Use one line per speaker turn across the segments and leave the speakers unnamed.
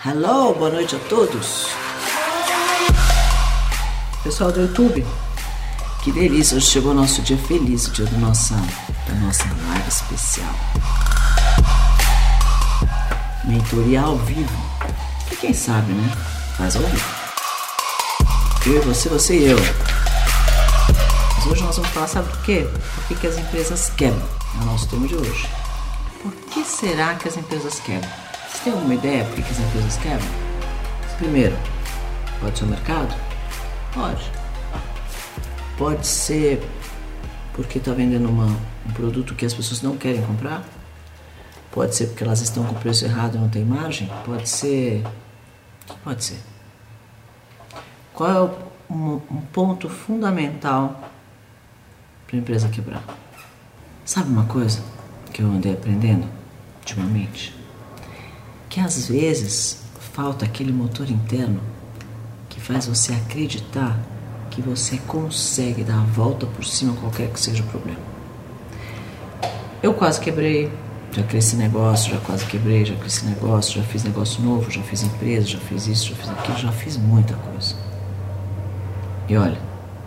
Hello, boa noite a todos. Pessoal do YouTube, que delícia, hoje chegou o nosso dia feliz, o dia da nossa live especial. Mentoria ao vivo. E quem sabe, né? Faz ao vivo. Eu, você e eu. Mas hoje nós vamos falar, sabe por quê? Por que as empresas quebram? É o nosso tema de hoje. Por que será que as empresas quebram? Vocês têm alguma ideia por que as empresas quebram? Primeiro, pode ser o mercado? Pode. Pode ser porque está vendendo um produto que as pessoas não querem comprar? Pode ser porque elas estão com o preço errado e não tem margem? Pode ser... O que pode ser? Qual é um ponto fundamental para a empresa quebrar? Sabe uma coisa que eu andei aprendendo ultimamente? Que às vezes falta aquele motor interno que faz você acreditar que você consegue dar a volta por cima qualquer que seja o problema. Eu quase quebrei, já cresci negócio, já quase quebrei, já cresci negócio, já fiz negócio novo, já fiz empresa, já fiz isso, já fiz aquilo, já fiz muita coisa. E olha,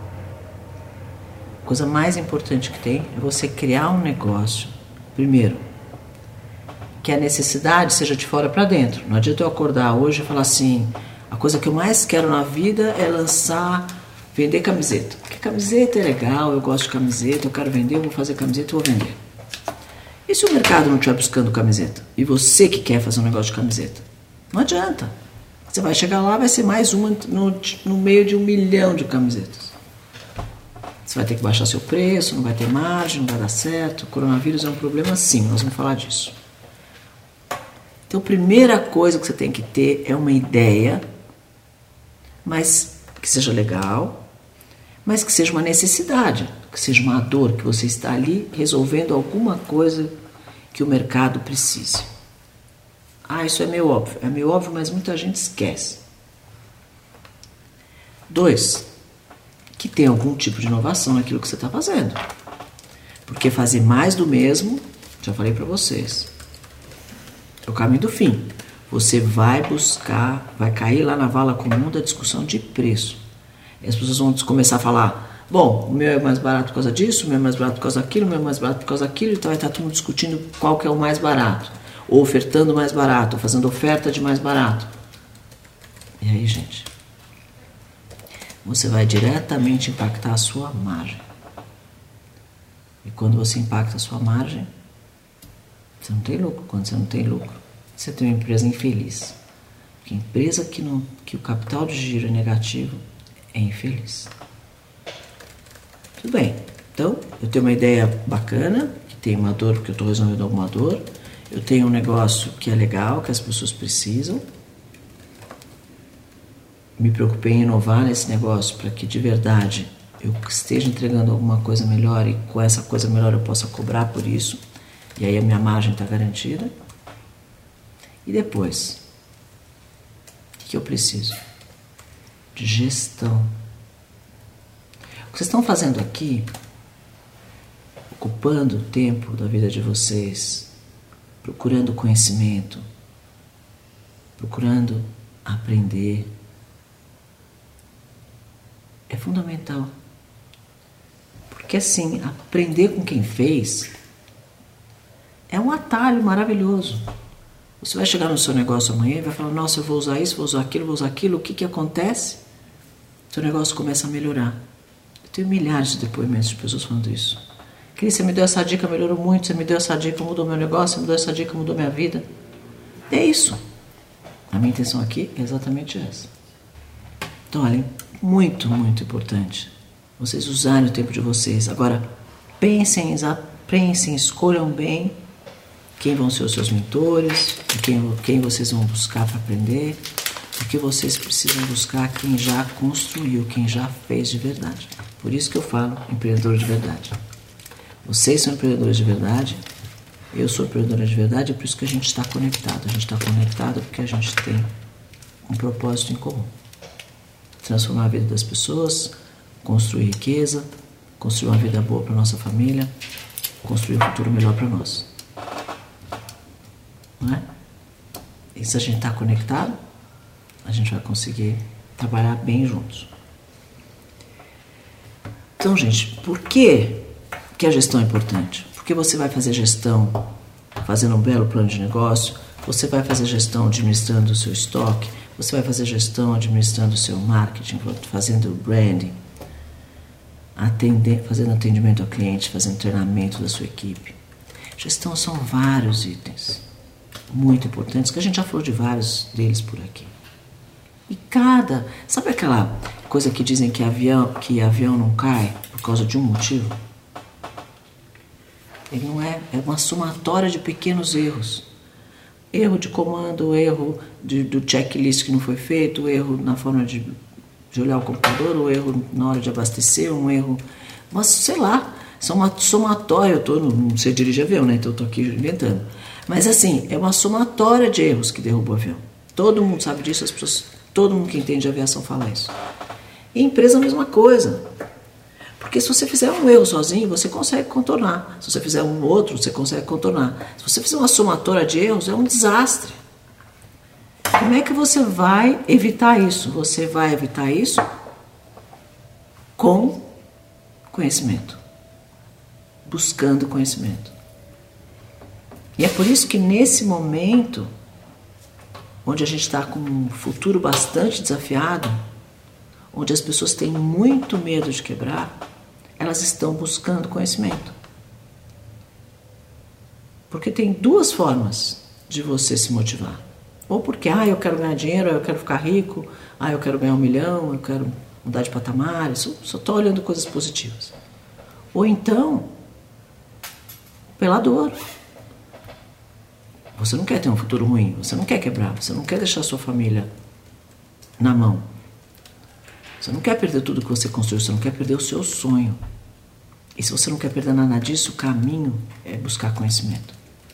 a coisa mais importante que tem é você criar um negócio, primeiro, que a necessidade seja de fora para dentro. Não adianta eu acordar hoje e falar assim, a coisa que eu mais quero na vida é vender camiseta. Porque camiseta é legal, eu gosto de camiseta, eu quero vender, eu vou fazer camiseta, eu vou vender. E se o mercado não estiver buscando camiseta? E você que quer fazer um negócio de camiseta? Não adianta. Você vai chegar lá, vai ser mais uma no meio de 1 milhão de camisetas. Você vai ter que baixar seu preço, não vai ter margem, não vai dar certo. O coronavírus é um problema sim, nós vamos falar disso. Então, a primeira coisa que você tem que ter é uma ideia, mas que seja legal, mas que seja uma necessidade, que seja uma dor, que você está ali resolvendo alguma coisa que o mercado precise. Ah, isso é meio óbvio, mas muita gente esquece. 2, que tem algum tipo de inovação naquilo que você está fazendo. Porque fazer mais do mesmo, já falei para vocês, é o caminho do fim. Você vai buscar, vai cair lá na vala comum da discussão de preço. E as pessoas vão começar a falar, bom, o meu é mais barato por causa disso, o meu é mais barato por causa daquilo, o meu é mais barato por causa daquilo, então vai estar todo mundo discutindo qual que é o mais barato, ou ofertando mais barato, ou fazendo oferta de mais barato. E aí, gente, você vai diretamente impactar a sua margem. E quando você impacta a sua margem, você não tem lucro. Quando você não tem lucro, você tem uma empresa infeliz. Porque empresa que o capital de giro é negativo é infeliz. Tudo bem. Então, eu tenho uma ideia bacana, que tem uma dor porque eu estou resolvendo alguma dor. Eu tenho um negócio que é legal, que as pessoas precisam. Me preocupei em inovar nesse negócio para que de verdade eu esteja entregando alguma coisa melhor e com essa coisa melhor eu possa cobrar por isso. E aí a minha margem está garantida. E depois, o que eu preciso? De gestão. O que vocês estão fazendo aqui, ocupando o tempo da vida de vocês, procurando conhecimento, procurando aprender, é fundamental. Porque assim, aprender com quem fez é um atalho maravilhoso. Você vai chegar no seu negócio amanhã e vai falar, nossa, eu vou usar isso, vou usar aquilo, o que acontece? Seu negócio começa a melhorar. Eu tenho milhares de depoimentos de pessoas falando isso. Cris, você me deu essa dica, melhorou muito, você me deu essa dica, mudou meu negócio, você me deu essa dica, mudou minha vida. É isso. A minha intenção aqui é exatamente essa. Então, olha, muito, muito importante vocês usarem o tempo de vocês. Agora, pensem, escolham bem quem vão ser os seus mentores, quem vocês vão buscar para aprender, porque vocês precisam buscar quem já construiu, quem já fez de verdade. Por isso que eu falo empreendedor de verdade. Vocês são empreendedores de verdade, eu sou empreendedora de verdade, é por isso que a gente está conectado. A gente está conectado porque a gente tem um propósito em comum. Transformar a vida das pessoas, construir riqueza, construir uma vida boa para nossa família, construir um futuro melhor para nós. Não é? E se a gente está conectado, a gente vai conseguir trabalhar bem juntos. Então, gente, por que a gestão é importante? Porque você vai fazer gestão fazendo um belo plano de negócio, você vai fazer gestão administrando o seu estoque, você vai fazer gestão administrando o seu marketing, fazendo branding, fazendo atendimento ao cliente, fazendo treinamento da sua equipe. Gestão são vários itens muito importantes, que a gente já falou de vários deles por aqui. E sabe aquela coisa que dizem que avião não cai por causa de um motivo? Ele não é uma somatória de pequenos erros. Erro de comando, erro do checklist que não foi feito, erro na forma de olhar o computador, o erro na hora de abastecer, um erro... Mas, sei lá, são uma somatória. Eu não sei dirigir avião, né? Então eu tô aqui inventando. Mas assim, é uma somatória de erros que derruba o avião. Todo mundo sabe disso, todo mundo que entende de aviação fala isso. E empresa a mesma coisa. Porque se você fizer um erro sozinho, você consegue contornar. Se você fizer um outro, você consegue contornar. Se você fizer uma somatória de erros, é um desastre. Como é que você vai evitar isso? Você vai evitar isso com conhecimento. Buscando conhecimento. E é por isso que nesse momento, onde a gente está com um futuro bastante desafiado, onde as pessoas têm muito medo de quebrar, elas estão buscando conhecimento. Porque tem duas formas de você se motivar. Ou porque, eu quero ganhar dinheiro, eu quero ficar rico, eu quero ganhar 1 milhão, eu quero mudar de patamar, só estou olhando coisas positivas. Ou então, pela dor. Você não quer ter um futuro ruim, você não quer quebrar, você não quer deixar sua família na mão. Você não quer perder tudo que você construiu, você não quer perder o seu sonho. E se você não quer perder nada disso, o caminho é buscar conhecimento.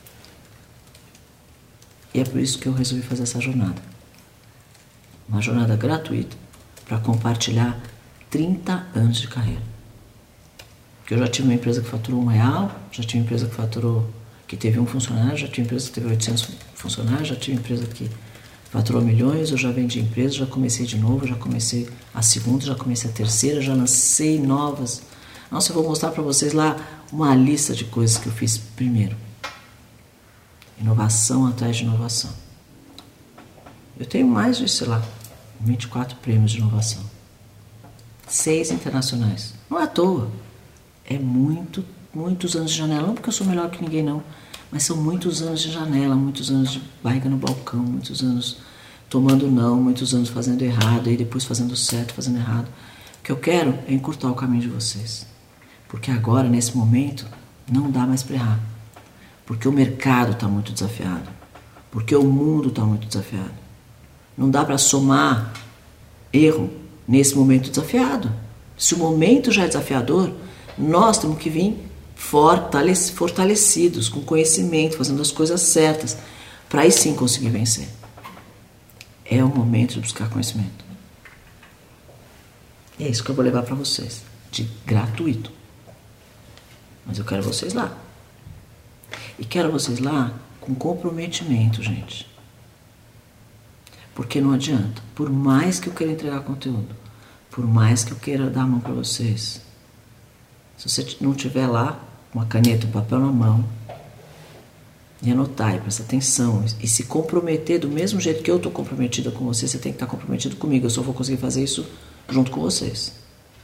E é por isso que eu resolvi fazer essa jornada. Uma jornada gratuita para compartilhar 30 anos de carreira. Porque eu já tive uma empresa que faturou R$1, já tive uma empresa que teve 1 funcionário, já tive uma empresa que teve 800 funcionários, já tive uma empresa que faturou milhões, eu já vendi empresa, já comecei de novo, já comecei a segunda, já comecei a terceira, já lancei novas. Nossa, eu vou mostrar para vocês lá uma lista de coisas que eu fiz primeiro. Inovação atrás de inovação. Eu tenho mais de, 24 prêmios de inovação. 6 internacionais. Não é à toa. É muitos anos de janela. Não porque eu sou melhor que ninguém, não. Mas são muitos anos de janela, muitos anos de barriga no balcão, muitos anos tomando não, muitos anos fazendo errado, e depois fazendo certo, fazendo errado. O que eu quero é encurtar o caminho de vocês. Porque agora, nesse momento, não dá mais para errar. Porque o mercado está muito desafiado. Porque o mundo está muito desafiado. Não dá para somar erro nesse momento desafiado. Se o momento já é desafiador, nós temos que vir fortalecidos, com conhecimento, fazendo as coisas certas, para aí sim conseguir vencer. É o momento de buscar conhecimento. E é isso que eu vou levar para vocês, de gratuito. Mas eu quero vocês lá. E quero vocês lá com comprometimento, gente. Porque não adianta. Por mais que eu queira entregar conteúdo, por mais que eu queira dar a mão para vocês, se você não tiver lá uma caneta, um papel na mão, e anotar, e prestar atenção, e se comprometer do mesmo jeito que eu estou comprometida com você, você tem que estar comprometido comigo. Eu só vou conseguir fazer isso junto com vocês.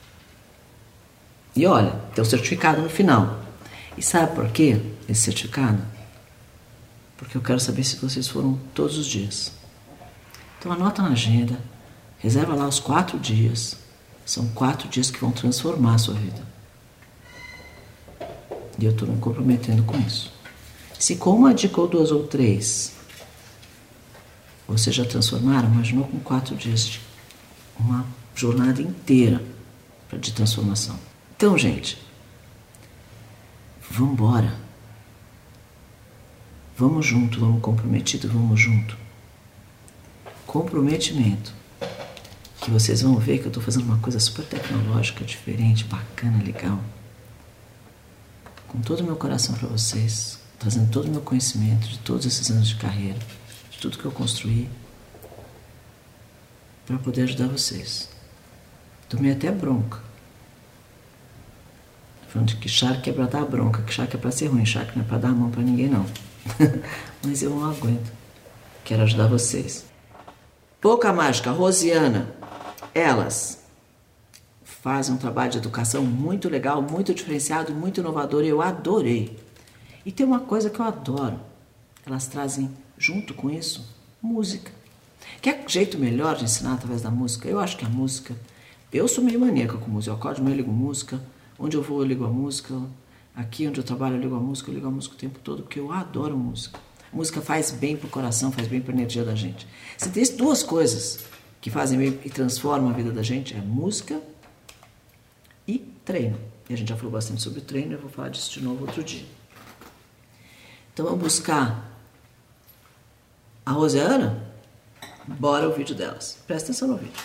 E olha, tem um certificado no final. E sabe por quê esse certificado? Porque eu quero saber se vocês foram todos os dias. Então anota na agenda, reserva lá os 4 dias. São 4 dias que vão transformar a sua vida. E eu estou me comprometendo com isso. Se com uma dica ou 2 ou 3 vocês já transformaram, imaginou com 4 dias de uma jornada inteira de transformação. Então, gente, vamos embora. Vamos junto, vamos comprometido, vamos junto. Comprometimento. Que vocês vão ver que eu estou fazendo uma coisa super tecnológica, diferente, bacana, legal. Com todo o meu coração para vocês, trazendo todo o meu conhecimento de todos esses anos de carreira. tudo que eu construí para poder ajudar vocês. Tomei até bronca. Falando que charque é para dar bronca, que charque é para ser ruim, charque não é para dar a mão para ninguém não. Mas eu não aguento. Quero ajudar vocês. Boca Mágica, Rosiana, elas fazem um trabalho de educação muito legal, muito diferenciado, muito inovador e eu adorei. E tem uma coisa que eu adoro. Elas trazem junto com isso música. Quer jeito melhor de ensinar através da música? Eu acho que a música... Eu sou meio maníaca com música. Eu acordo de manhã, eu ligo música. Onde eu vou, eu ligo a música. Aqui onde eu trabalho, eu ligo a música. Eu ligo a música o tempo todo, porque eu adoro música. Música faz bem pro coração, faz bem pra energia da gente. Se tem duas coisas que fazem bem e transformam a vida da gente, é música e treino. E a gente já falou bastante sobre treino, eu vou falar disso de novo outro dia. Então vamos buscar a Rosiana? Bora o vídeo delas. Presta atenção no vídeo.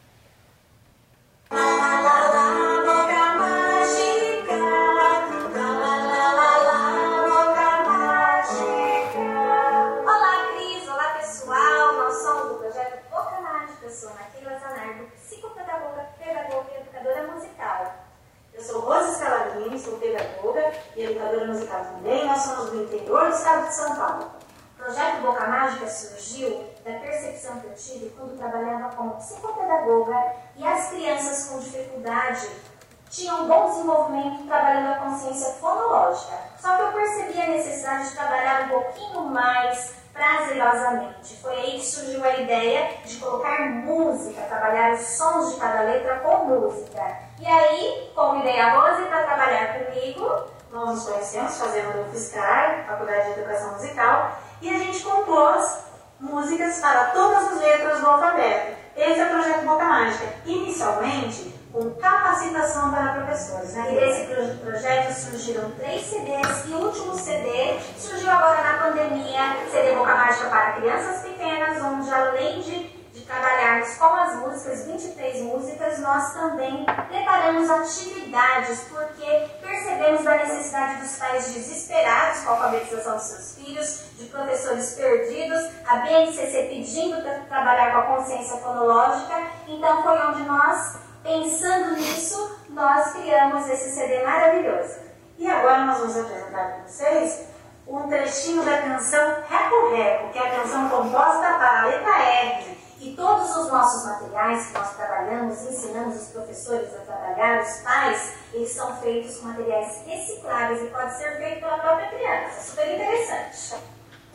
Sou pedagoga e educadora musical também. Nós somos do interior do estado de São Paulo. O projeto Boca Mágica surgiu da percepção que eu tive quando trabalhava como psicopedagoga e as crianças com dificuldade tinham um bom desenvolvimento trabalhando a consciência fonológica. Só que eu percebi a necessidade de trabalhar um pouquinho mais prazerosamente. Foi aí que surgiu a ideia de colocar música, trabalhar os sons de cada letra com música. E aí, convidei a Rose para trabalhar comigo. Nós nos conhecemos fazendo o FISCAR, Faculdade de Educação Musical, e a gente compôs músicas para todas as letras do alfabeto. Esse é o projeto Boca Mágica. Inicialmente, com capacitação para professores. Né? E desse projeto surgiram 3 CDs e o último CD surgiu agora na pandemia, CD Boca Mágica para crianças pequenas, onde além de trabalharmos com as músicas, 23 músicas, nós também preparamos atividades, porque percebemos da necessidade dos pais desesperados com a alfabetização dos seus filhos, de professores perdidos, a BNCC pedindo para trabalhar com a consciência fonológica. Então foi onde nós, pensando nisso, nós criamos esse CD maravilhoso. E agora nós vamos apresentar para vocês um trechinho da canção Reco Reco, que é a canção composta para a letra R. E todos os nossos materiais que nós trabalhamos, ensinamos os professores a trabalhar, os pais, eles são feitos com materiais recicláveis e pode ser feito pela própria criança. Super interessante.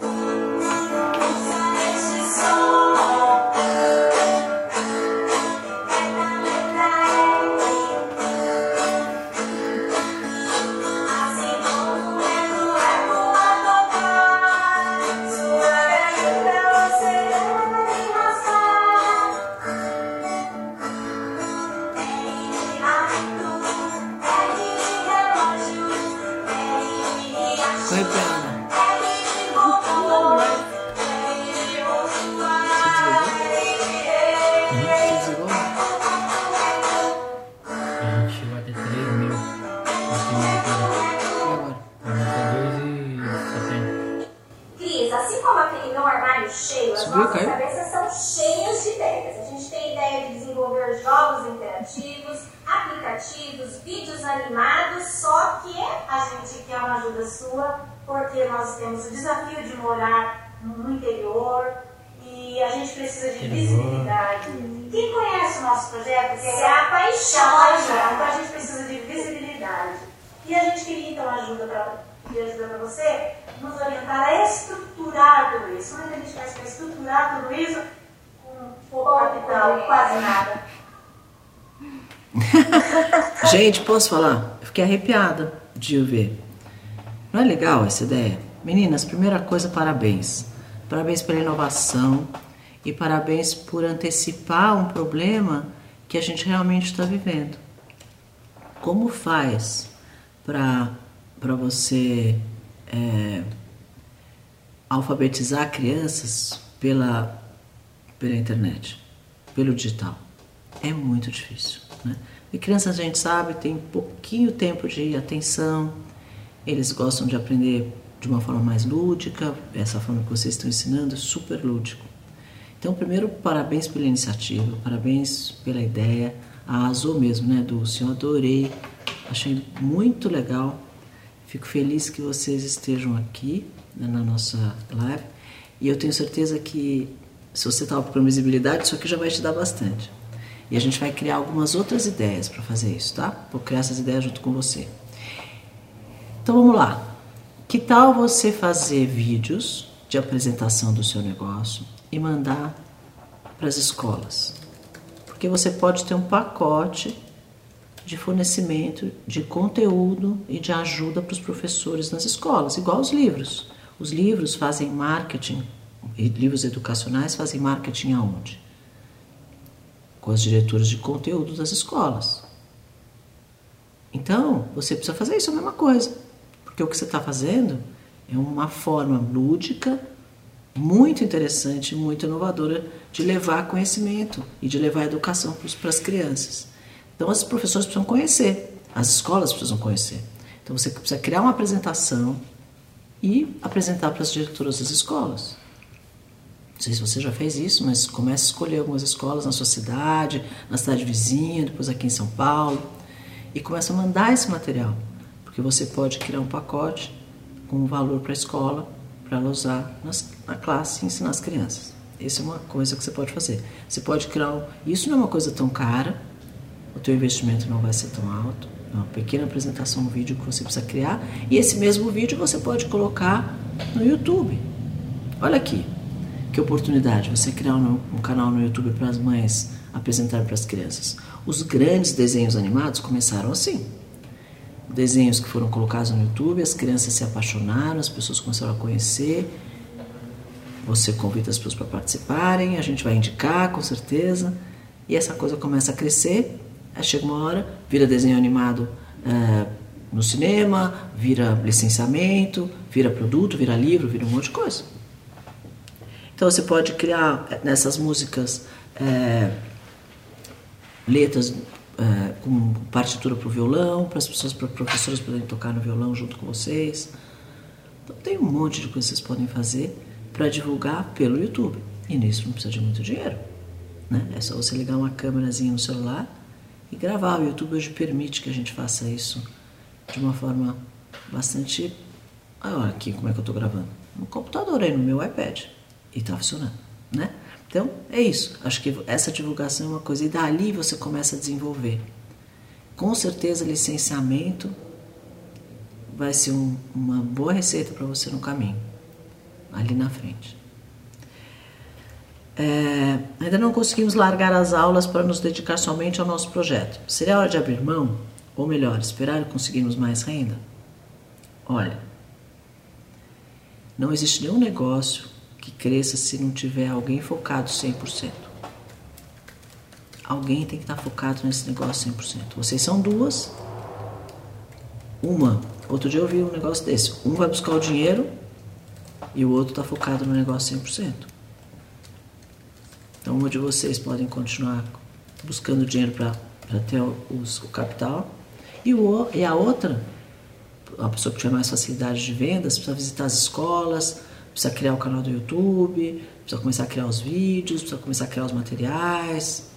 Cheio, as nossas cabeças são cheias de ideias. A gente tem ideia de desenvolver jogos interativos, aplicativos, vídeos animados, só que a gente quer uma ajuda sua, porque nós temos o desafio de morar no interior e a gente precisa de visibilidade. Quem conhece o nosso projeto se apaixona, então a gente precisa de visibilidade. E a gente queria então ajuda para você nos orientar a estruturar tudo isso. Como é que a gente faz para estruturar tudo isso com pouco capital, quase nada?
Gente, posso falar? Eu fiquei arrepiada de ver. Não é legal essa ideia? Meninas, primeira coisa, parabéns. Parabéns pela inovação e parabéns por antecipar um problema que a gente realmente está vivendo. Como faz para você alfabetizar crianças pela internet, pelo digital? É muito difícil, né? E crianças, a gente sabe, tem pouquinho tempo de atenção, eles gostam de aprender de uma forma mais lúdica. Essa forma que vocês estão ensinando é super lúdico. Então, primeiro, parabéns pela iniciativa, parabéns pela ideia. A Azul mesmo, né, Dulce? Eu adorei, achei muito legal. Fico feliz que vocês estejam aqui, né, na nossa live. E eu tenho certeza que, se você estava procurando visibilidade, isso aqui já vai te dar bastante. E a gente vai criar algumas outras ideias para fazer isso, tá? Vou criar essas ideias junto com você. Então, vamos lá. Que tal você fazer vídeos de apresentação do seu negócio e mandar para as escolas? Porque você pode ter um pacote de fornecimento de conteúdo e de ajuda para os professores nas escolas, igual os livros. Os livros fazem marketing, e livros educacionais fazem marketing aonde? Com as diretoras de conteúdo das escolas. Então, você precisa fazer isso, a mesma coisa. Porque o que você está fazendo é uma forma lúdica, muito interessante, muito inovadora de levar conhecimento e de levar educação para as crianças. Então, os professores precisam conhecer, as escolas precisam conhecer. Então, você precisa criar uma apresentação e apresentar para as diretoras das escolas. Não sei se você já fez isso, mas comece a escolher algumas escolas na sua cidade, na cidade vizinha, depois aqui em São Paulo, e comece a mandar esse material, porque você pode criar um pacote com um valor para a escola, para ela usar na classe e ensinar as crianças. Essa é uma coisa que você pode fazer. Você pode criar Isso não é uma coisa tão cara, o teu investimento não vai ser tão alto, é uma pequena apresentação, um vídeo que você precisa criar, e esse mesmo vídeo você pode colocar no YouTube. Olha aqui, que oportunidade, você criar um canal no YouTube para as mães apresentar para as crianças. Os grandes desenhos animados começaram assim. Desenhos que foram colocados no YouTube, as crianças se apaixonaram, as pessoas começaram a conhecer, você convida as pessoas para participarem, a gente vai indicar com certeza, e essa coisa começa a crescer. Aí chega uma hora, vira desenho animado no cinema, vira licenciamento, vira produto, vira livro, vira um monte de coisa. Então você pode criar nessas músicas letras com partitura para o violão, para as pessoas, para professores poderem tocar no violão junto com vocês. Então tem um monte de coisas que vocês podem fazer para divulgar pelo YouTube. E nisso não precisa de muito dinheiro, né? É só você ligar uma câmerazinha no celular e gravar. O YouTube hoje permite que a gente faça isso de uma forma bastante... Olha aqui como é que eu estou gravando. No computador aí, no meu iPad. E está funcionando, né? Então, é isso. Acho que essa divulgação é uma coisa. E dali você começa a desenvolver. Com certeza, licenciamento vai ser uma boa receita para você no caminho. Ali na frente. Ainda não conseguimos largar as aulas para nos dedicar somente ao nosso projeto. Seria hora de abrir mão? Ou melhor, esperar e conseguirmos mais renda? Olha, não existe nenhum negócio que cresça se não tiver alguém focado 100%. Alguém tem que estar focado nesse negócio 100%. Vocês são duas. Outro dia eu vi um negócio desse. Um vai buscar o dinheiro e o outro está focado no negócio 100%. Então, uma de vocês podem continuar buscando dinheiro para ter o capital. E a outra, a pessoa que tiver mais facilidade de vendas, precisa visitar as escolas, precisa criar o canal do YouTube, precisa começar a criar os vídeos, precisa começar a criar os materiais.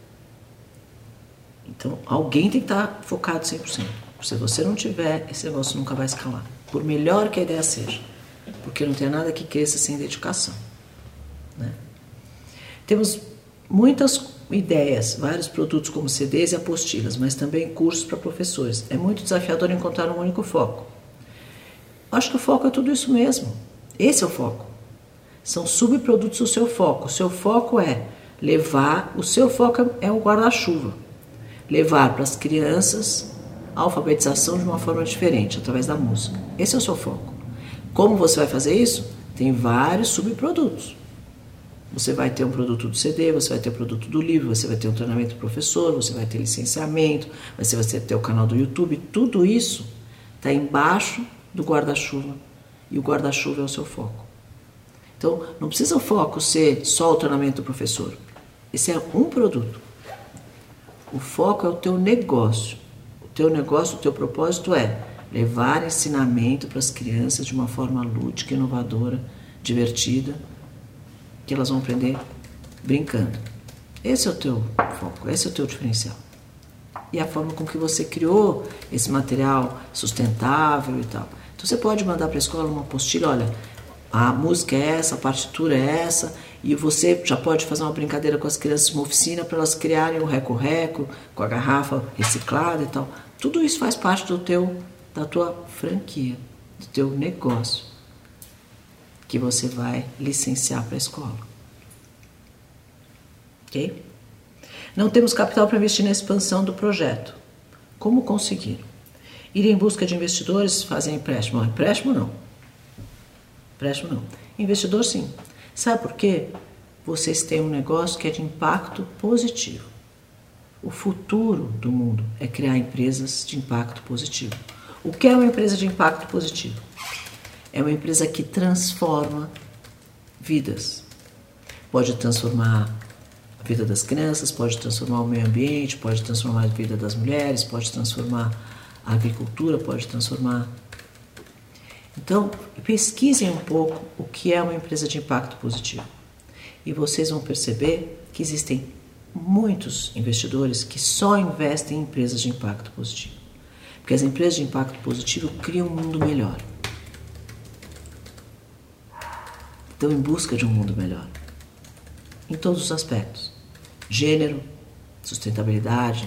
Então, alguém tem que estar focado 100%. Se você não tiver, esse negócio nunca vai escalar. Por melhor que a ideia seja. Porque não tem nada que cresça sem dedicação, né? Temos muitas ideias, vários produtos como CDs e apostilas, mas também cursos para professores. É muito desafiador encontrar um único foco. Acho que o foco é tudo isso mesmo. Esse é o foco. São subprodutos do seu foco. O seu foco é levar... O seu foco é o guarda-chuva. Levar para as crianças a alfabetização de uma forma diferente, através da música. Esse é o seu foco. Como você vai fazer isso? Tem vários subprodutos. Você vai ter um produto do CD, você vai ter o produto do livro, você vai ter um treinamento do professor, você vai ter licenciamento, você vai ter o canal do YouTube. Tudo isso está embaixo do guarda-chuva. E o guarda-chuva é o seu foco. Então, não precisa o foco ser só o treinamento do professor. Esse é um produto. O foco é o teu negócio. O teu negócio, o teu propósito é levar ensinamento para as crianças de uma forma lúdica, inovadora, divertida, que elas vão aprender brincando. Esse é o teu foco, esse é o teu diferencial. E a forma com que você criou esse material sustentável e tal. Então você pode mandar para a escola uma apostila, olha, a música é essa, a partitura é essa, e você já pode fazer uma brincadeira com as crianças, uma oficina para elas criarem o reco-reco, com a garrafa reciclada e tal. Tudo isso faz parte da tua franquia, do teu negócio, que você vai licenciar para a escola. Ok? Não temos capital para investir na expansão do projeto. Como conseguir? Ir em busca de investidores, fazer empréstimo. Empréstimo não. Empréstimo não. Investidor sim. Sabe por quê? Vocês têm um negócio que é de impacto positivo. O futuro do mundo é criar empresas de impacto positivo. O que é uma empresa de impacto positivo? É uma empresa que transforma vidas. Pode transformar a vida das crianças, pode transformar o meio ambiente, pode transformar a vida das mulheres, pode transformar a agricultura, pode transformar... Então, pesquisem um pouco o que é uma empresa de impacto positivo. E vocês vão perceber que existem muitos investidores que só investem em empresas de impacto positivo. Porque as empresas de impacto positivo criam um mundo melhor. Estão em busca de um mundo melhor. Em todos os aspectos. Gênero, sustentabilidade,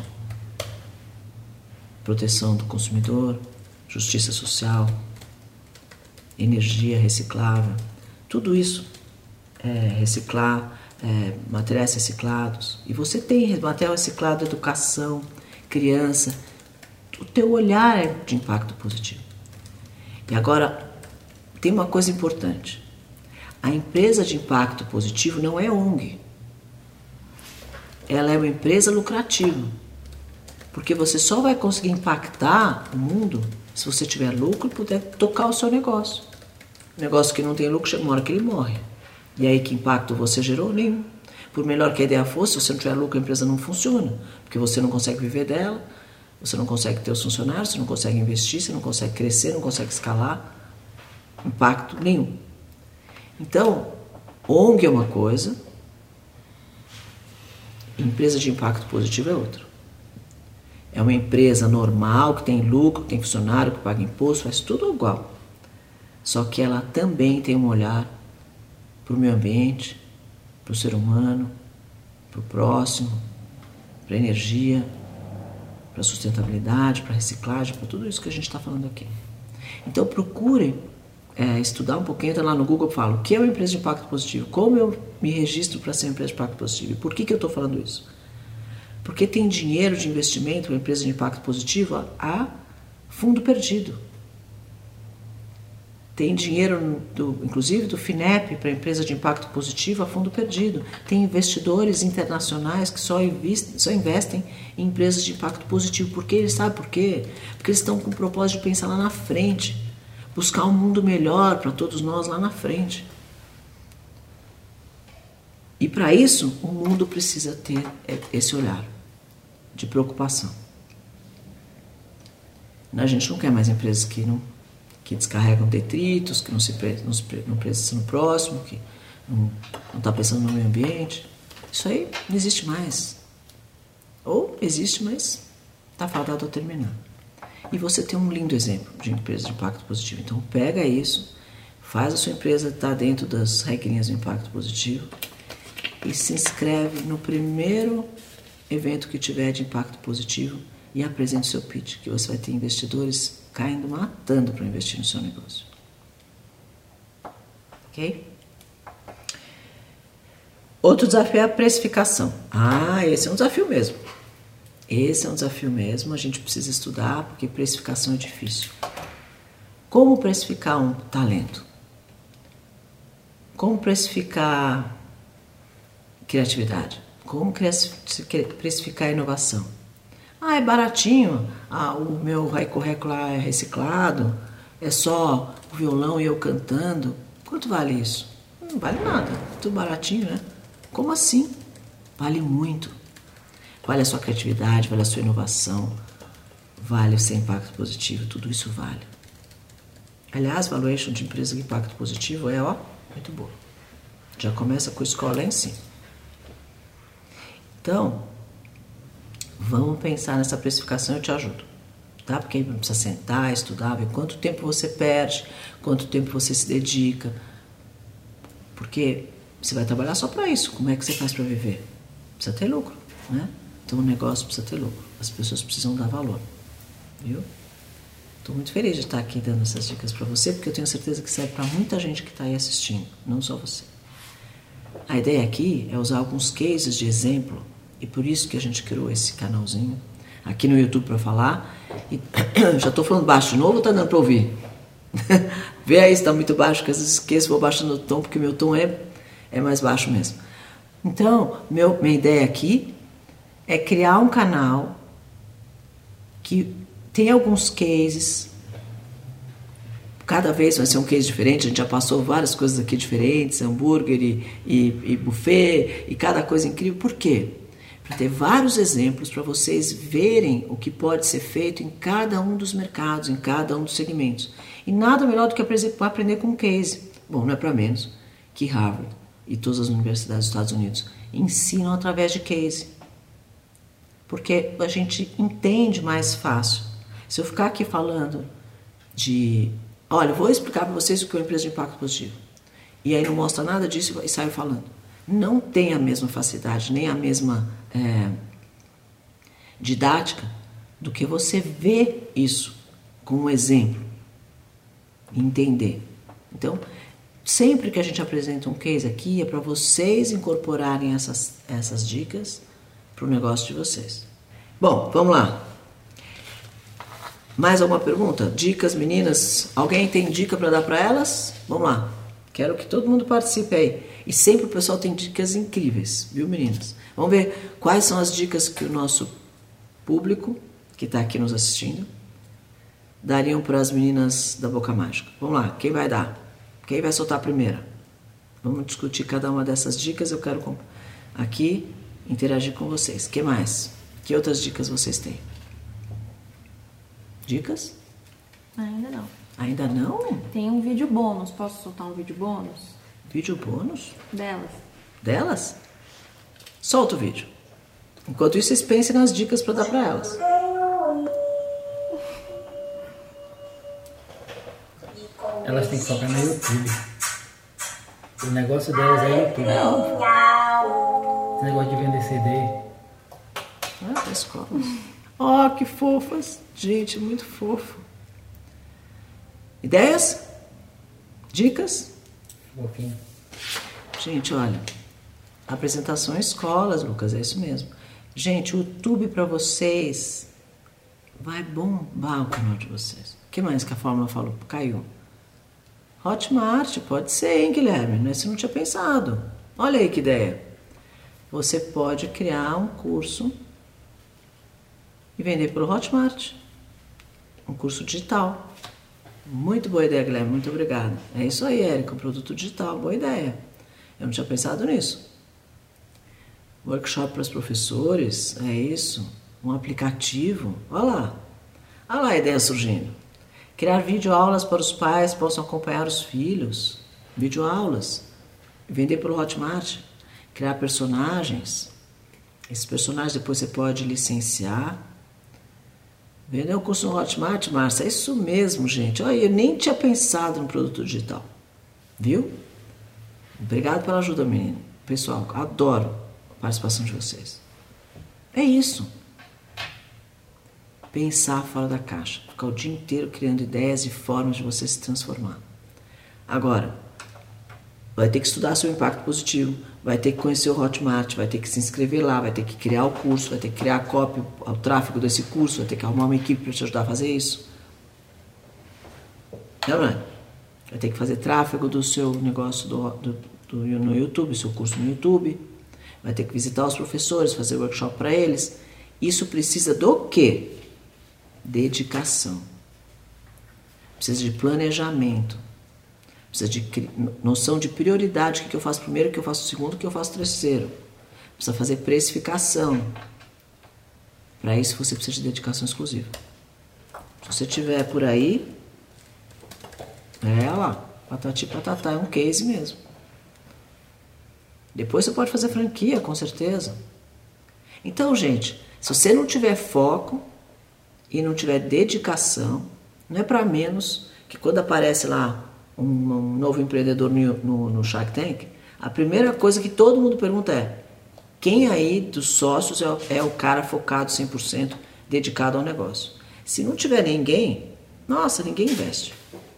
proteção do consumidor, justiça social, energia reciclável. Tudo isso reciclar, materiais reciclados. E você tem material reciclado, educação, criança. O teu olhar é de impacto positivo. E agora, tem uma coisa importante. A empresa de impacto positivo não é ONG. Ela é uma empresa lucrativa. Porque você só vai conseguir impactar o mundo se você tiver lucro e puder tocar o seu negócio. O negócio que não tem lucro, chega uma hora que ele morre. E aí que impacto você gerou? Nenhum. Por melhor que a ideia fosse, se você não tiver lucro, a empresa não funciona. Porque você não consegue viver dela, você não consegue ter os funcionários, você não consegue investir, você não consegue crescer, não consegue escalar. Impacto nenhum. Então, ONG é uma coisa, empresa de impacto positivo é outra. É uma empresa normal, que tem lucro, que tem funcionário, que paga imposto, faz tudo igual. Só que ela também tem um olhar para o meio ambiente, para o ser humano, para o próximo, para a energia, para a sustentabilidade, para a reciclagem, para tudo isso que a gente está falando aqui. Então procurem estudar um pouquinho, entra lá no Google e fala o que é uma empresa de impacto positivo, como eu me registro para ser uma empresa de impacto positivo e por que eu estou falando isso? Porque tem dinheiro de investimento para empresa de impacto positivo a fundo perdido. Tem dinheiro, inclusive do FINEP, para empresa de impacto positivo a fundo perdido. Tem investidores internacionais que só investem em empresas de impacto positivo. Porque eles sabem por quê? Porque eles estão com o propósito de pensar lá na frente. Buscar um mundo melhor para todos nós lá na frente. E para isso, o mundo precisa ter esse olhar de preocupação. A gente não quer mais empresas que descarregam detritos, que não pensam no próximo, que não está pensando no meio ambiente. Isso aí não existe mais. Ou existe, mas está fadado a terminar. E você tem um lindo exemplo de empresa de impacto positivo. Então pega isso, faz a sua empresa estar dentro das regrinhas do impacto positivo e se inscreve no primeiro evento que tiver de impacto positivo e apresente o seu pitch, que você vai ter investidores caindo, matando para investir no seu negócio. Ok? Outro desafio é a precificação. Esse é um desafio mesmo. Esse é um desafio mesmo, a gente precisa estudar, porque precificação é difícil. Como precificar um talento? Como precificar criatividade? Como precificar inovação? É baratinho, o meu reco-reco lá é reciclado, é só o violão e eu cantando. Quanto vale isso? Não vale nada, tudo baratinho, né? Como assim? Vale muito. Vale a sua criatividade, vale a sua inovação, vale ser impacto positivo, tudo isso vale. Aliás, valuation de empresa de impacto positivo é, muito boa. Já começa com a escola lá em cima. Então, vamos pensar nessa precificação, eu te ajudo. Tá? Porque aí precisa sentar, estudar, ver quanto tempo você perde, quanto tempo você se dedica. Porque você vai trabalhar só para isso. Como é que você faz para viver? Precisa ter lucro, né? Então o negócio precisa ter lucro. As pessoas precisam dar valor. Viu? Estou muito feliz de estar aqui dando essas dicas para você, porque eu tenho certeza que serve para muita gente que está aí assistindo, não só você. A ideia aqui é usar alguns cases de exemplo, e por isso que a gente criou esse canalzinho aqui no YouTube para falar. E já estou falando baixo de novo ou está dando para ouvir? Vê aí se está muito baixo, que às vezes esqueço, vou baixando o tom, porque meu tom é mais baixo mesmo. Então, minha ideia aqui é criar um canal que tem alguns cases, cada vez vai ser um case diferente, a gente já passou várias coisas aqui diferentes, hambúrguer e buffet, e cada coisa incrível. Por quê? Para ter vários exemplos para vocês verem o que pode ser feito em cada um dos mercados, em cada um dos segmentos. E nada melhor do que aprender com um case. Bom, não é para menos que Harvard e todas as universidades dos Estados Unidos ensinam através de case. Porque a gente entende mais fácil. Se eu ficar aqui falando olha, eu vou explicar para vocês o que é uma empresa de impacto positivo, e aí não mostra nada disso e saio falando, não tem a mesma facilidade, nem a mesma didática do que você ver isso com um exemplo e entender. Então, sempre que a gente apresenta um case aqui, é para vocês incorporarem essas dicas para o negócio de vocês. Bom, vamos lá. Mais alguma pergunta? Dicas, meninas? Alguém tem dica para dar para elas? Vamos lá. Quero que todo mundo participe aí. E sempre o pessoal tem dicas incríveis, viu, meninas? Vamos ver quais são as dicas que o nosso público, que está aqui nos assistindo, dariam para as meninas da Boca Mágica. Vamos lá, quem vai dar? Quem vai soltar a primeira? Vamos discutir cada uma dessas dicas. Eu quero aqui interagir com vocês. O que mais? Que outras dicas vocês têm? Dicas?
Ainda não.
Ainda não?
Tem um vídeo bônus. Posso soltar um vídeo bônus?
Vídeo bônus?
Delas.
Delas? Solta o vídeo. Enquanto isso, vocês pensem nas dicas para dar para elas.
Elas têm que focar no YouTube. O negócio delas é YouTube. Esse negócio de vender CD.
Da escola. Oh, que fofas. Gente, muito fofo. Ideias? Dicas?
Fofinho.
Gente, olha. Apresentação em escolas, Lucas, é isso mesmo. Gente, o YouTube para vocês vai bombar o canal de vocês. O que mais que a Fórmula falou? Caiu. Hotmart, pode ser, hein, Guilherme? Né? Você não tinha pensado. Olha aí que ideia. Você pode criar um curso e vender pelo Hotmart. Um curso digital. Muito boa ideia, Guilherme. Muito obrigada. É isso aí, Érica. Um produto digital. Boa ideia. Eu não tinha pensado nisso. Workshop para os professores. É isso. Um aplicativo. Olha lá. Olha lá a ideia surgindo. Criar videoaulas para os pais possam acompanhar os filhos. Videoaulas. Vender pelo Hotmart. Criar personagens. Esses personagens depois você pode licenciar. Vender o curso no Hotmart, Márcia? É isso mesmo, gente. Olha, eu nem tinha pensado no produto digital. Viu? Obrigado pela ajuda, menina. Pessoal, adoro a participação de vocês. É isso. Pensar fora da caixa. Ficar o dia inteiro criando ideias e formas de você se transformar. Agora, vai ter que estudar seu impacto positivo, vai ter que conhecer o Hotmart, vai ter que se inscrever lá, vai ter que criar o curso, vai ter que criar a cópia, o tráfego desse curso, vai ter que arrumar uma equipe para te ajudar a fazer isso. Não é? Vai ter que fazer tráfego do seu negócio no YouTube, seu curso no YouTube. Vai ter que visitar os professores, fazer workshop para eles. Isso precisa do quê? Dedicação. Precisa de planejamento. Precisa de noção de prioridade, o que eu faço primeiro, o que eu faço segundo, o que eu faço terceiro. Precisa fazer precificação. Para isso você precisa de dedicação exclusiva. Se você tiver por aí, lá, patati patatá, é um case mesmo. Depois você pode fazer franquia, com certeza. Então, gente, se você não tiver foco e não tiver dedicação, não é para menos que quando aparece lá um novo empreendedor no Shark Tank, a primeira coisa que todo mundo pergunta é: quem aí dos sócios é o cara focado 100%, dedicado ao negócio? Se não tiver ninguém, nossa, ninguém investe.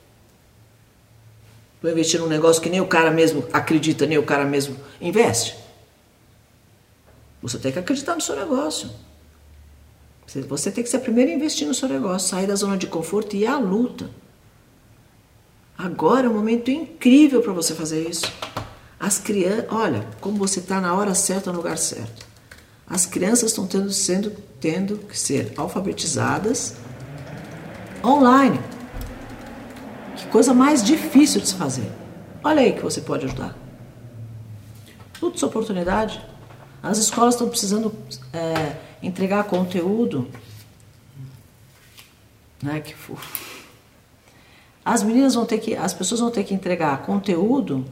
Vou investir num negócio que nem o cara mesmo acredita, nem o cara mesmo investe. Você tem que acreditar no seu negócio. Você tem que ser a primeira a investir no seu negócio, sair da zona de conforto e ir à luta. Agora é um momento incrível para você fazer isso. As crianças, olha, como você está na hora certa, no lugar certo. As crianças estão tendo que ser alfabetizadas online. Que coisa mais difícil de se fazer. Olha aí que você pode ajudar. Tudo sua oportunidade. As escolas estão precisando entregar conteúdo. Né, que as pessoas vão ter que entregar conteúdo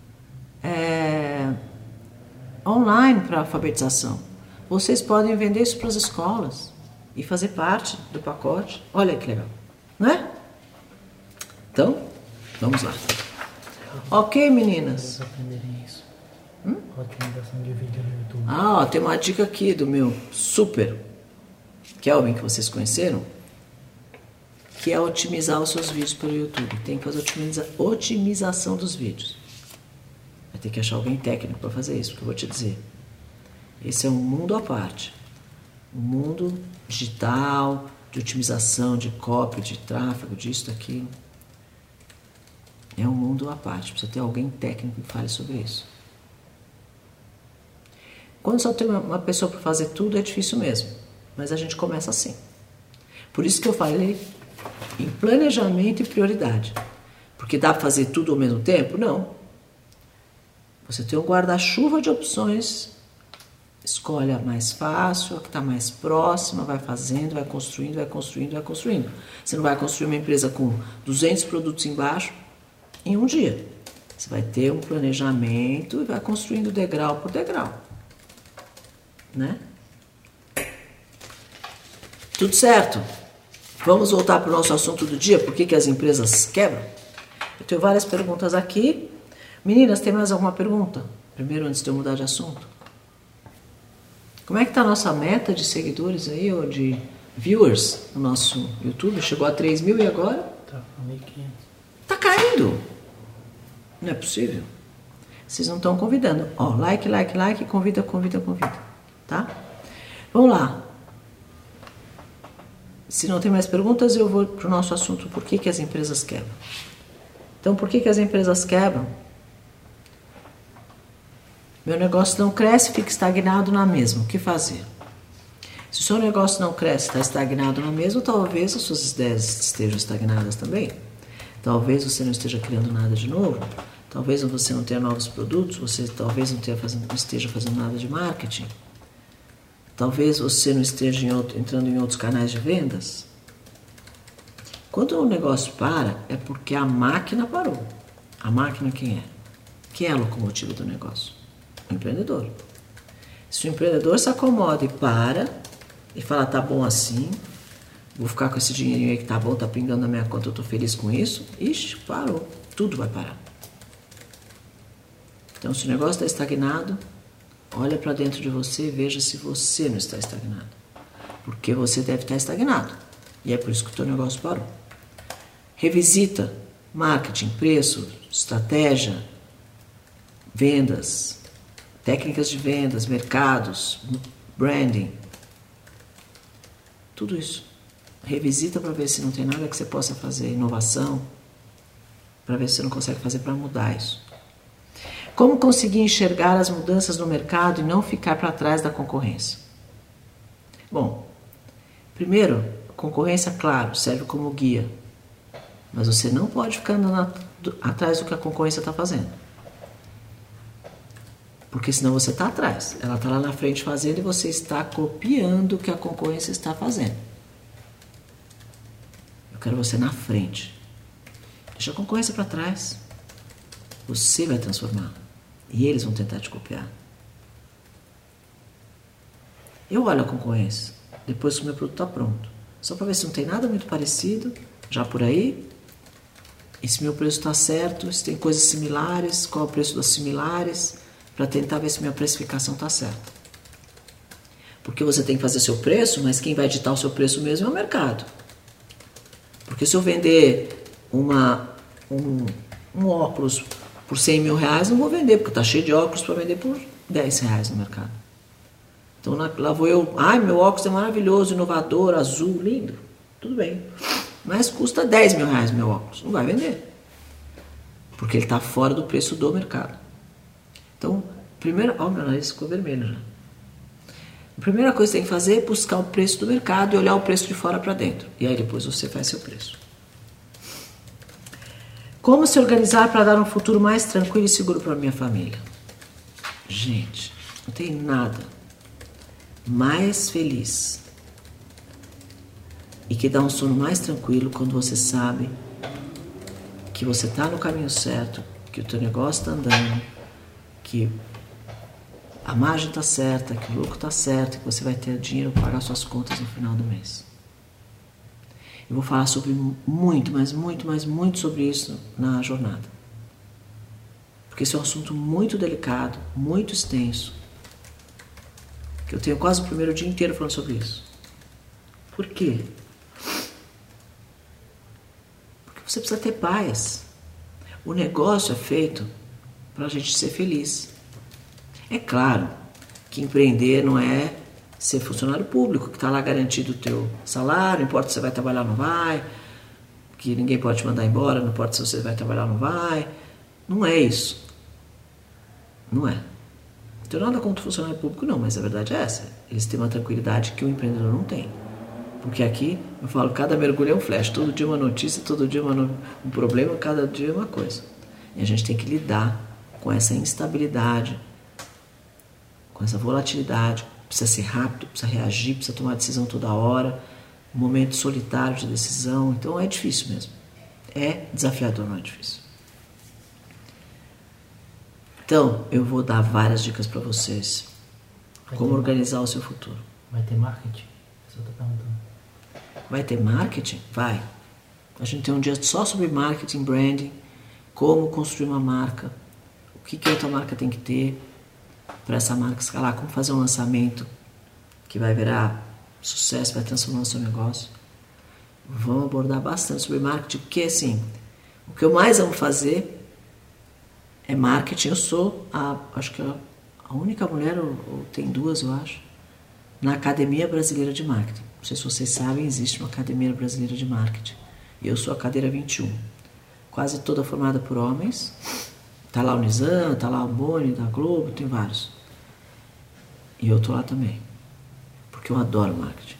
online para alfabetização. Vocês podem vender isso para as escolas e fazer parte do pacote. Olha que legal, não é? Então, vamos lá. Ok, meninas?
Aprenderem isso. Otimização de vídeo no YouTube.
Ó, tem uma dica aqui do meu super Kelvin que vocês conheceram, que é otimizar os seus vídeos pelo YouTube. Tem que fazer otimização dos vídeos. Vai ter que achar alguém técnico para fazer isso, porque eu vou te dizer. Esse é um mundo à parte. Um mundo digital, de otimização, de copy, de tráfego, disso, daquilo. É um mundo à parte. Precisa ter alguém técnico que fale sobre isso. Quando só tem uma pessoa para fazer tudo, é difícil mesmo. Mas a gente começa assim. Por isso que eu falei em planejamento e prioridade. Porque dá para fazer tudo ao mesmo tempo? Não. Você tem um guarda-chuva de opções, escolhe a mais fácil, a que está mais próxima, vai fazendo, vai construindo, vai construindo, vai construindo. Você não vai construir uma empresa com 200 produtos embaixo em um dia. Você vai ter um planejamento e vai construindo degrau por degrau. Né? Tudo certo? Vamos voltar para o nosso assunto do dia, por que as empresas quebram? Eu tenho várias perguntas aqui. Meninas, tem mais alguma pergunta? Primeiro, antes de eu mudar de assunto. Como é que está a nossa meta de seguidores aí, ou de viewers no nosso YouTube? Chegou a 3.000 e agora?
Tá com 1.500.
Tá caindo. Não é possível. Vocês não estão convidando. Ó, like, convida. Tá? Vamos lá. Se não tem mais perguntas, eu vou para o nosso assunto. Por que as empresas quebram? Então, por que as empresas quebram? Meu negócio não cresce, fica estagnado na mesma. O que fazer? Se o seu negócio não cresce, está estagnado na mesma, talvez as suas ideias estejam estagnadas também. Talvez você não esteja criando nada de novo. Talvez você não tenha novos produtos. Você talvez não esteja fazendo nada de marketing. Talvez você não esteja entrando em outros canais de vendas. Quando o negócio para, é porque a máquina parou. A máquina quem é? Quem é a locomotiva do negócio? O empreendedor. Se o empreendedor se acomoda e para, e fala, tá bom assim, vou ficar com esse dinheirinho aí que tá bom, tá pingando na minha conta, eu tô feliz com isso, ixi, parou. Tudo vai parar. Então, se o negócio está estagnado, olha para dentro de você e veja se você não está estagnado. Porque você deve estar estagnado. E é por isso que o teu negócio parou. Revisita marketing, preço, estratégia, vendas, técnicas de vendas, mercados, branding. Tudo isso. Revisita para ver se não tem nada que você possa fazer. Inovação. Para ver se você não consegue fazer para mudar isso. Como conseguir enxergar as mudanças no mercado e não ficar para trás da concorrência? Bom, primeiro, a concorrência, claro, serve como guia. Mas você não pode ficar andando atrás do que a concorrência está fazendo. Porque senão você está atrás. Ela está lá na frente fazendo e você está copiando o que a concorrência está fazendo. quero você na frente. Deixa a concorrência para trás. Você vai transformar. E eles vão tentar te copiar. Eu olho a concorrência, depois que o meu produto está pronto. Só para ver se não tem nada muito parecido, já por aí. E se meu preço está certo, se tem coisas similares, qual é o preço das similares, para tentar ver se minha precificação está certa. Porque você tem que fazer seu preço, mas quem vai ditar o seu preço mesmo é o mercado. Porque se eu vender um óculos por 100 mil reais, não vou vender, porque está cheio de óculos para vender por 10 reais no mercado. Então lá vou eu, meu óculos é maravilhoso, inovador, azul, lindo, tudo bem. Mas custa 10 mil reais meu óculos, não vai vender. Porque ele está fora do preço do mercado. Então, primeiro, meu nariz ficou vermelho já. A primeira coisa que você tem que fazer é buscar o preço do mercado e olhar o preço de fora para dentro. E aí depois você faz seu preço. Como se organizar para dar um futuro mais tranquilo e seguro para minha família? Gente, não tem nada mais feliz e que dá um sono mais tranquilo quando você sabe que você está no caminho certo, que o teu negócio está andando, que a margem está certa, que o lucro está certo, que você vai ter dinheiro para pagar suas contas no final do mês. Eu vou falar sobre muito sobre isso na jornada. Porque esse é um assunto muito delicado, muito extenso, que eu tenho quase o primeiro dia inteiro falando sobre isso. Por quê? Porque você precisa ter paz. O negócio é feito para a gente ser feliz. É claro que empreender não é ser funcionário público, que está lá garantido o teu salário, não importa se você vai trabalhar ou não vai, que ninguém pode te mandar embora, não importa se você vai trabalhar ou não vai. Não é isso. Não é. Não tenho nada contra o funcionário público não, mas a verdade é essa. Eles têm uma tranquilidade que o empreendedor não tem. Porque aqui, eu falo, cada mergulho é um flash, todo dia uma notícia, todo dia um problema, cada dia uma coisa. E a gente tem que lidar com essa instabilidade, com essa volatilidade. Precisa ser rápido, precisa reagir, precisa tomar decisão toda hora, um momento solitário de decisão. Então é difícil mesmo. É desafiador, não é difícil. Então, eu vou dar várias dicas para vocês. Como organizar o seu futuro.
Vai ter marketing? Você está perguntando.
Vai ter marketing? Vai. A gente tem um dia só sobre marketing, branding, como construir uma marca, o que outra marca tem que ter para essa marca escalar, como fazer um lançamento que vai virar sucesso, vai transformar o seu negócio. Vamos abordar bastante sobre marketing, porque assim, o que eu mais amo fazer é marketing. Eu sou acho que a única mulher, ou tem duas eu acho, na Academia Brasileira de Marketing. Não sei se vocês sabem, existe uma Academia Brasileira de Marketing. E eu sou a cadeira 21. Quase toda formada por homens. Tá lá o Nizam, tá lá o Boni da Globo, tem vários. E eu tô lá também. Porque eu adoro marketing.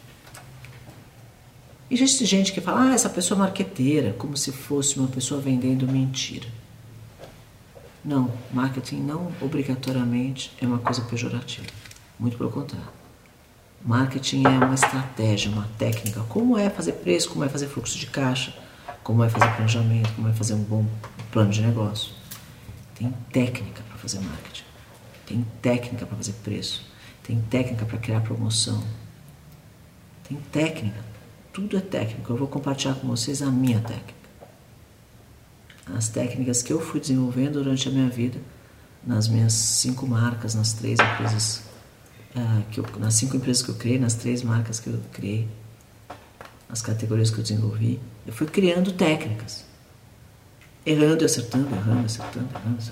E existe gente que fala, essa pessoa é marqueteira, como se fosse uma pessoa vendendo mentira. Não, marketing não obrigatoriamente é uma coisa pejorativa. Muito pelo contrário. Marketing é uma estratégia, uma técnica. Como é fazer preço, como é fazer fluxo de caixa, como é fazer planejamento, como é fazer um bom plano de negócio. Tem técnica para fazer marketing. Tem técnica para fazer preço. Tem técnica para criar promoção. Tem técnica. Tudo é técnica. Eu vou compartilhar com vocês a minha técnica. As técnicas que eu fui desenvolvendo durante a minha vida, nas minhas 5 marcas, nas 3 empresas, nas 5 empresas que eu criei, nas 3 marcas que eu criei, nas categorias que eu desenvolvi, eu fui criando técnicas. Errando e acertando, errando, acertando.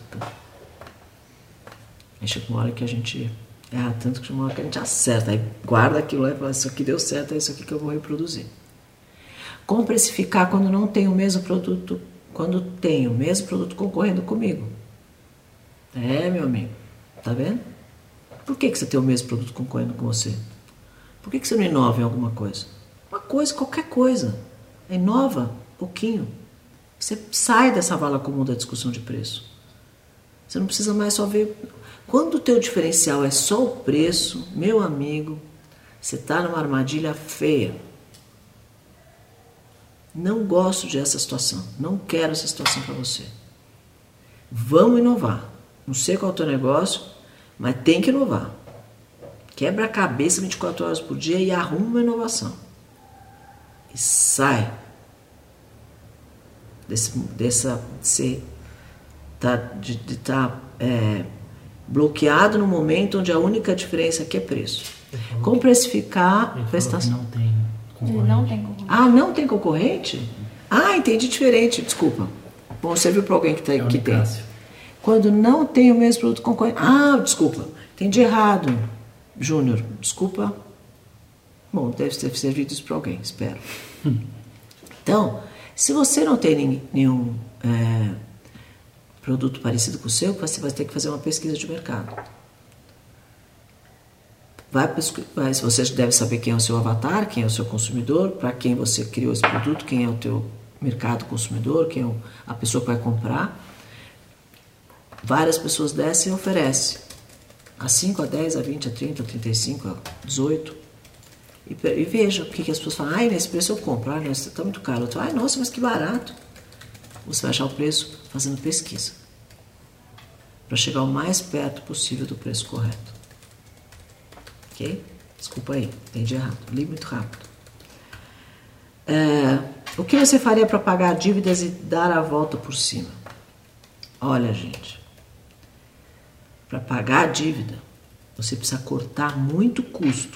Aí chega uma hora que a gente erra tanto que chega uma hora que a gente acerta. Aí guarda aquilo lá e fala, isso aqui deu certo, é isso aqui que eu vou reproduzir. Como precificar quando não tem o mesmo produto, quando tem o mesmo produto concorrendo comigo? Meu amigo, tá vendo? Por que você tem o mesmo produto concorrendo com você? Por que você não inova em alguma coisa? Uma coisa, qualquer coisa. Inova um pouquinho. Você sai dessa vala comum da discussão de preço. Você não precisa mais só ver. Quando o teu diferencial é só o preço, meu amigo, você está numa armadilha feia. Não gosto dessa situação, não quero essa situação para você. Vamos inovar. Não sei qual é o teu negócio, mas tem que inovar. Quebra a cabeça 24 horas por dia e arruma uma inovação. E sai de estar bloqueado no momento onde a única diferença aqui é preço. Como precificar prestação?
Não tem concorrente.
Ele não tem concorrente.
Ah, não tem concorrente? Ah, entendi diferente, desculpa. Bom, você viu para alguém que tem. Quando não tem o mesmo produto concorrente. Ah, desculpa, entendi errado, Júnior, desculpa. Bom, deve ter servido isso para alguém, espero. Então, se você não tem nenhum produto parecido com o seu, você vai ter que fazer uma pesquisa de mercado. Se você deve saber quem é o seu avatar, quem é o seu consumidor, para quem você criou esse produto, quem é o teu mercado consumidor, quem é a pessoa que vai comprar. Várias pessoas descem e oferecem a 5, a 10, a 20, a 30, a 35, a 18. E veja o que as pessoas falam. Ai, nesse preço eu compro. Ai, não, isso está muito caro. Outro, ai, nossa, mas que barato. Você vai achar o preço fazendo pesquisa. Para chegar o mais perto possível do preço correto. Ok? Desculpa aí, entendi errado. Li muito rápido. O que você faria para pagar dívidas e dar a volta por cima? Olha, gente. Para pagar a dívida, você precisa cortar muito custo.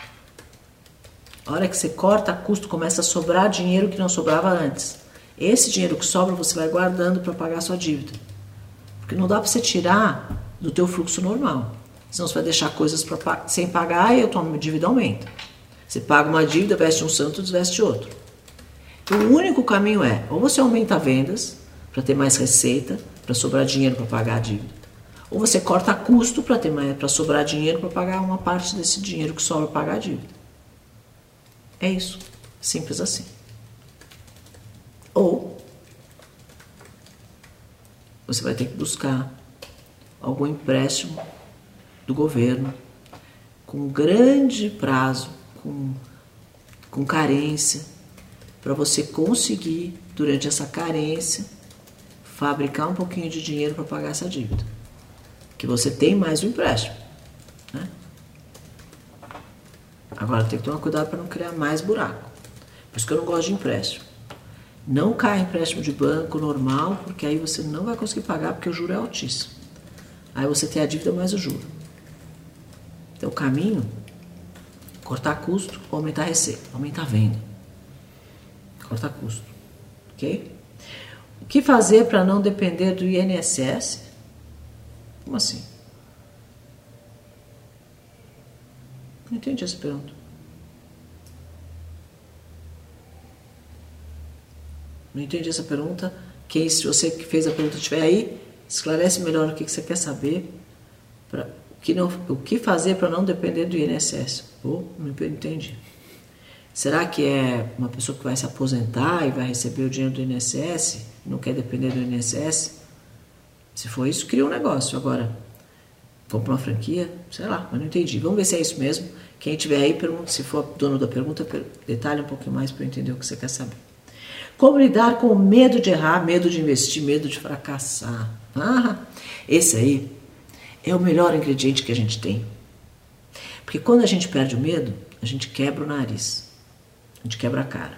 A hora que você corta custo, começa a sobrar dinheiro que não sobrava antes. Esse dinheiro que sobra, você vai guardando para pagar a sua dívida. Porque não dá para você tirar do teu fluxo normal. Senão você vai deixar coisas sem pagar e a tua dívida aumenta. Você paga uma dívida, veste um santo, desveste outro. Então, o único caminho é, ou você aumenta vendas para ter mais receita, para sobrar dinheiro para pagar a dívida. Ou você corta custo para sobrar dinheiro para pagar uma parte desse dinheiro que sobra para pagar a dívida. É isso. Simples assim. Ou você vai ter que buscar algum empréstimo do governo com grande prazo, com carência, para você conseguir, durante essa carência, fabricar um pouquinho de dinheiro para pagar essa dívida. Que você tem mais um empréstimo. Né? Agora tem que tomar cuidado para não criar mais buraco. Por isso que eu não gosto de empréstimo. Não cai em empréstimo de banco normal, porque aí você não vai conseguir pagar, porque o juro é altíssimo. Aí você tem a dívida mais o juro. Então o caminho, cortar custo ou aumentar a receita, aumentar a venda. Cortar custo. Ok? O que fazer para não depender do INSS? Como assim? Não entendi essa pergunta. Não entendi essa pergunta. Se você que fez a pergunta estiver aí, esclarece melhor o que você quer saber. O que fazer para não depender do INSS? Não entendi. Será que é uma pessoa que vai se aposentar e vai receber o dinheiro do INSS? Não quer depender do INSS? Se for isso, cria um negócio. Agora, compra uma franquia? Sei lá, mas não entendi. Vamos ver se é isso mesmo. Quem tiver aí, pergunta. Se for dono da pergunta, detalhe um pouquinho mais para eu entender o que você quer saber. Como lidar com o medo de errar, medo de investir, medo de fracassar? Esse aí é o melhor ingrediente que a gente tem. Porque quando a gente perde o medo, a gente quebra o nariz. A gente quebra a cara.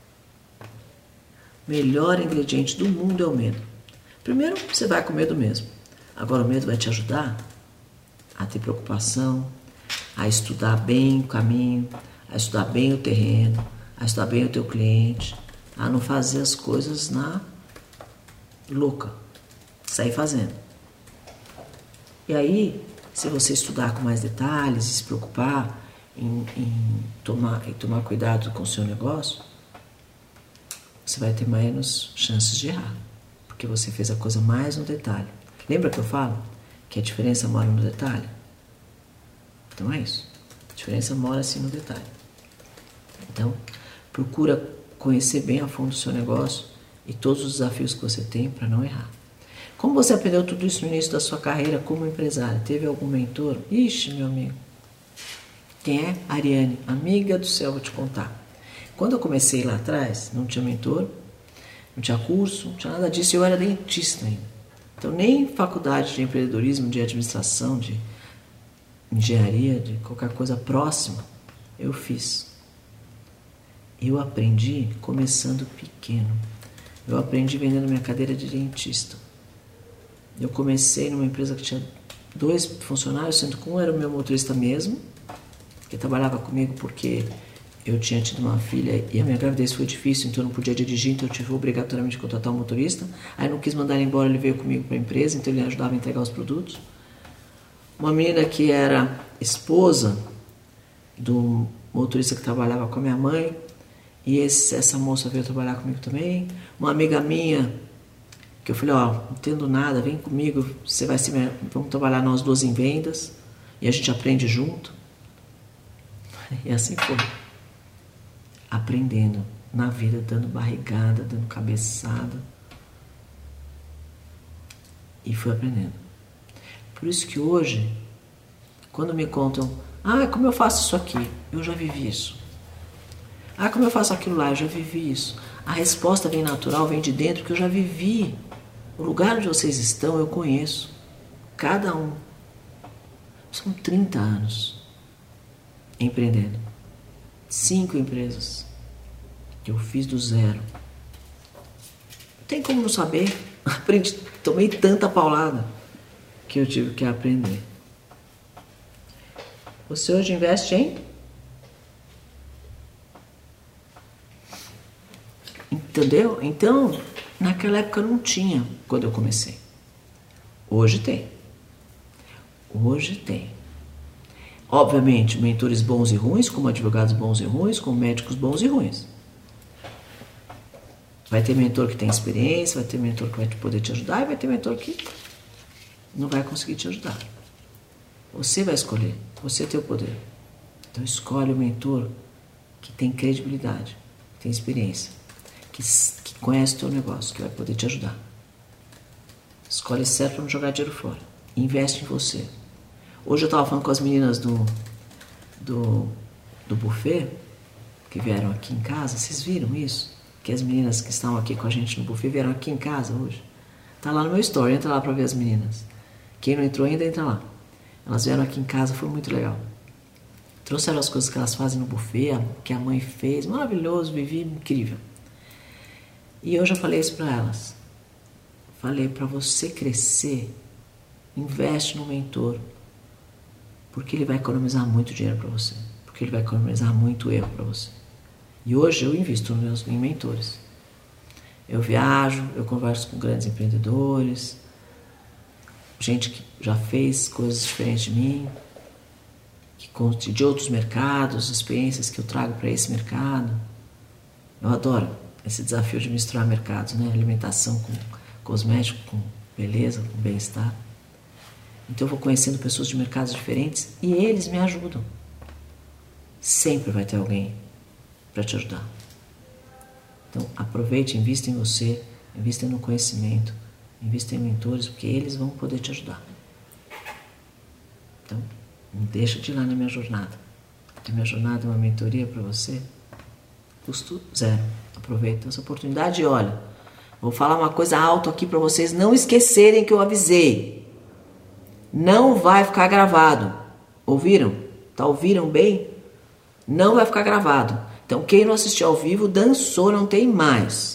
O melhor ingrediente do mundo é o medo. Primeiro, você vai com medo mesmo. Agora, o medo vai te ajudar a ter preocupação, a estudar bem o caminho, a estudar bem o terreno, a estudar bem o teu cliente, a não fazer as coisas na louca, sair fazendo. E aí, se você estudar com mais detalhes e se preocupar em tomar cuidado com o seu negócio, você vai ter menos chances de errar, porque você fez a coisa mais no detalhe. Lembra que eu falo que a diferença mora no detalhe? Então é isso. A diferença mora sim no detalhe. Então, procura conhecer bem a fundo o seu negócio e todos os desafios que você tem para não errar. Como você aprendeu tudo isso no início da sua carreira como empresária? Teve algum mentor? Ixi, meu amigo. Quem é? Ariane. Amiga do céu, vou te contar. Quando eu comecei lá atrás, não tinha mentor, não tinha curso, não tinha nada disso, eu era dentista ainda. Então nem faculdade de empreendedorismo, de administração, de engenharia, de qualquer coisa próxima, eu fiz. Eu aprendi começando pequeno. Eu aprendi vendendo minha cadeira de dentista. Eu comecei numa empresa que tinha 2 funcionários, sendo que um era o meu motorista mesmo, que trabalhava comigo porque eu tinha tido uma filha e a minha gravidez foi difícil, então eu não podia dirigir, então eu tive obrigatoriamente de contratar um motorista. Aí não quis mandar ele embora, ele veio comigo para a empresa, então ele ajudava a entregar os produtos. Uma menina que era esposa do motorista que trabalhava com a minha mãe, e essa moça veio trabalhar comigo também. Uma amiga minha, que eu falei, não entendo nada, vem comigo, você vai ser vamos trabalhar nós 2 em vendas, e a gente aprende junto. E assim foi. Aprendendo na vida, dando barrigada, dando cabeçada. E fui aprendendo. Por isso que hoje, quando me contam, como eu faço isso aqui? Eu já vivi isso. Como eu faço aquilo lá? Eu já vivi isso. A resposta vem natural, vem de dentro, porque eu já vivi. O lugar onde vocês estão, eu conheço. Cada um. São 30 anos empreendendo. 5 empresas que eu fiz do zero. Não tem como não saber. Aprendi, tomei tanta paulada que eu tive que aprender. Você hoje investe em? Entendeu? Então, naquela época não tinha quando eu comecei. Hoje tem. Hoje tem. Obviamente, mentores bons e ruins, como advogados bons e ruins, como médicos bons e ruins. Vai ter mentor que tem experiência, vai ter mentor que vai poder te ajudar e vai ter mentor que não vai conseguir te ajudar. Você vai escolher, você tem o poder. Então escolhe o mentor que tem credibilidade, que tem experiência, que conhece o teu negócio, que vai poder te ajudar. Escolhe certo para não jogar dinheiro fora. Investe em você. Hoje eu estava falando com as meninas do buffet, que vieram aqui em casa. Vocês viram isso? Que as meninas que estão aqui com a gente no buffet vieram aqui em casa hoje. Tá lá no meu story, entra lá para ver as meninas. Quem não entrou ainda, entra lá. Elas vieram aqui em casa, foi muito legal. Trouxeram as coisas que elas fazem no buffet, que a mãe fez. Maravilhoso, vivi, incrível. E eu já falei isso para elas. Falei, para você crescer, investe no mentor. Porque ele vai economizar muito dinheiro para você. Porque ele vai economizar muito erro para você. E hoje eu invisto em mentores. Eu viajo, eu converso com grandes empreendedores, gente que já fez coisas diferentes de mim, que conte de outros mercados, experiências que eu trago para esse mercado. Eu adoro esse desafio de misturar mercados, né? Alimentação com cosmético, com beleza, com bem-estar. Então eu vou conhecendo pessoas de mercados diferentes e eles me ajudam. Sempre vai ter alguém para te ajudar. Então aproveite, invista em você, invista no conhecimento, invista em mentores, porque eles vão poder te ajudar. Então não deixa de ir lá na minha jornada. A minha jornada é uma mentoria para você, custo zero. Aproveita essa oportunidade e olha, vou falar uma coisa alto aqui para vocês não esquecerem que eu avisei. Não vai ficar gravado. Ouviram? Ouviram bem? Não vai ficar gravado. Então quem não assistiu ao vivo, dançou, não tem mais.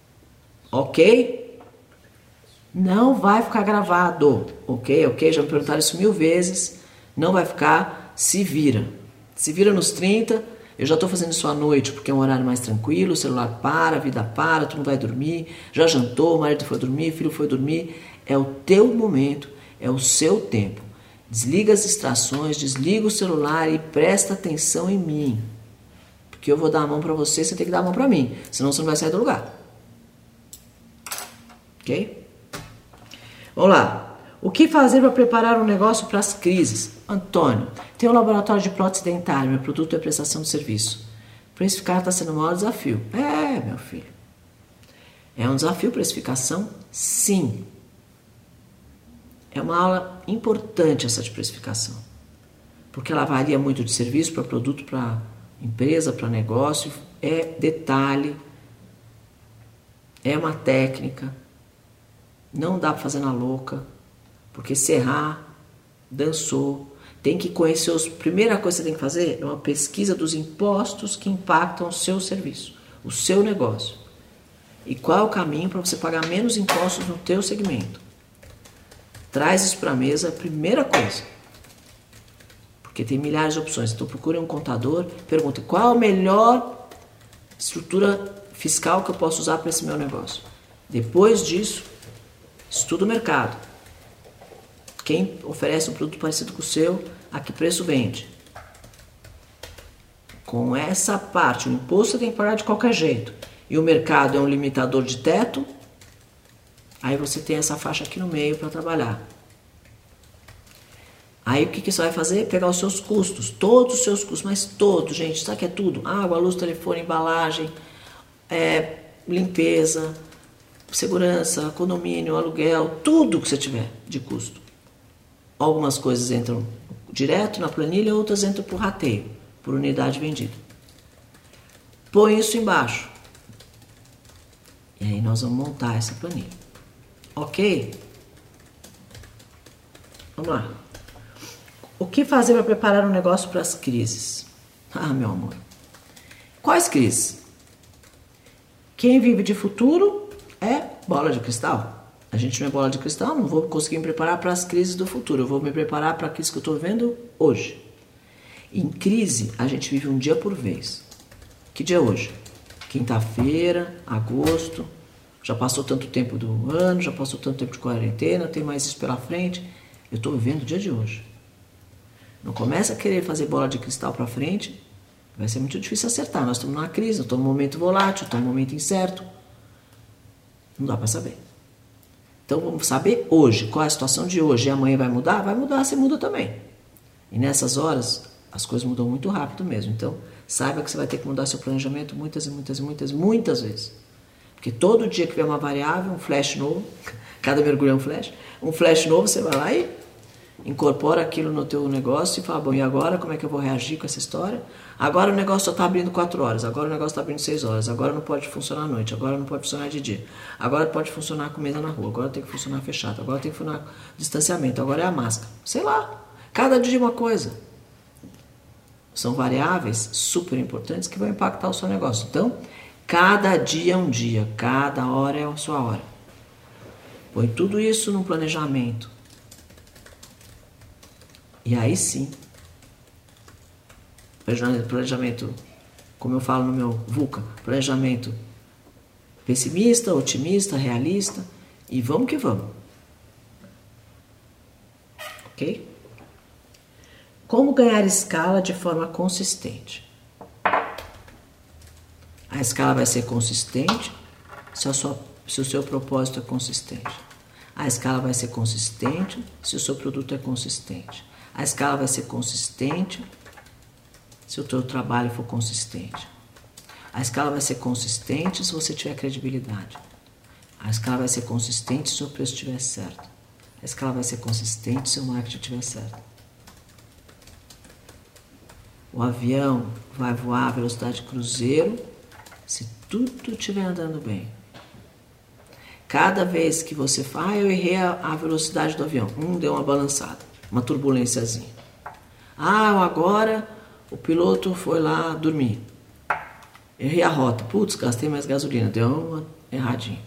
Ok? Não vai ficar gravado. Ok? Já me perguntaram isso 1000 vezes. Não vai ficar, se vira. Se vira nos 30. Eu já estou fazendo isso à noite, porque é um horário mais tranquilo, o celular para, a vida para, tu não vai dormir, já jantou, o marido foi dormir, o filho foi dormir. É o teu momento, é o seu tempo. Desliga as distrações, desliga o celular e presta atenção em mim. Porque eu vou dar a mão para você, você tem que dar a mão para mim, senão você não vai sair do lugar. Ok? Vamos lá. O que fazer para preparar um negócio para as crises? Antônio, tem um laboratório de prótese dentária, meu produto é prestação de serviço. Precificar está sendo o maior desafio. É, meu filho. É um desafio precificação? Sim. É uma aula importante essa de precificação. Porque ela varia muito de serviço para produto para Empresa para negócio é detalhe, é uma técnica, não dá para fazer na louca, porque se errar, dançou. Tem que conhecer primeira coisa que você tem que fazer é uma pesquisa dos impostos que impactam o seu serviço, o seu negócio. E qual é o caminho para você pagar menos impostos no teu segmento. Traz isso para a mesa, primeira coisa. Porque tem milhares de opções. Então procure um contador, pergunte qual a melhor estrutura fiscal que eu posso usar para esse meu negócio. Depois disso, estuda o mercado. Quem oferece um produto parecido com o seu, a que preço vende? Com essa parte, o imposto você tem que pagar de qualquer jeito. E o mercado é um limitador de teto, aí você tem essa faixa aqui no meio para trabalhar. Aí o que você vai fazer? Pegar os seus custos, todos os seus custos, mas todos, gente, sabe que é tudo? Água, luz, telefone, embalagem, limpeza, segurança, condomínio, aluguel, tudo que você tiver de custo. Algumas coisas entram direto na planilha, outras entram por rateio, por unidade vendida. Põe isso embaixo. E aí nós vamos montar essa planilha. Ok? Vamos lá. O que fazer para preparar um negócio para as crises? Ah, meu amor. Quais crises? Quem vive de futuro é bola de cristal. A gente não é bola de cristal, não vou conseguir me preparar para as crises do futuro. Eu vou me preparar para a crise que eu estou vivendo hoje. Em crise, a gente vive um dia por vez. Que dia é hoje? Quinta-feira, agosto. Já passou tanto tempo do ano, já passou tanto tempo de quarentena, tem mais isso pela frente. Eu estou vivendo o dia de hoje. Não começa a querer fazer bola de cristal para frente, vai ser muito difícil acertar. Nós estamos numa crise, nós estamos num momento volátil, estamos num momento incerto. Não dá para saber. Então vamos saber hoje, qual é a situação de hoje. E amanhã vai mudar? Vai mudar, você muda também. E nessas horas, as coisas mudam muito rápido mesmo. Então saiba que você vai ter que mudar seu planejamento muitas vezes. Porque todo dia que vier uma variável, um flash novo, cada mergulho é um flash novo, você vai lá e incorpora aquilo no teu negócio e fala, bom, e agora como é que eu vou reagir com essa história? Agora o negócio só está abrindo 4 horas, agora o negócio está abrindo 6 horas, agora não pode funcionar à noite, agora não pode funcionar de dia, agora pode funcionar com mesa na rua, agora tem que funcionar fechado, agora tem que funcionar distanciamento, agora é a máscara. Sei lá, cada dia uma coisa. São variáveis super importantes que vão impactar o seu negócio. Então, cada dia é um dia, cada hora é a sua hora. Põe tudo isso no planejamento. E aí sim, planejamento, como eu falo no meu VUCA, planejamento pessimista, otimista, realista, e vamos que vamos. Ok? Como ganhar escala de forma consistente? A escala vai ser consistente se o seu propósito é consistente. A escala vai ser consistente se o seu produto é consistente. A escala vai ser consistente se o teu trabalho for consistente. A escala vai ser consistente se você tiver credibilidade. A escala vai ser consistente se o seu preço estiver certo. A escala vai ser consistente se o marketing estiver certo. O avião vai voar à velocidade cruzeiro se tudo estiver andando bem. Cada vez que você fala, eu errei a velocidade do avião. Deu uma balançada. Uma turbulênciazinha. Agora o piloto foi lá dormir. Errei a rota. Putz, gastei mais gasolina. Deu uma erradinha.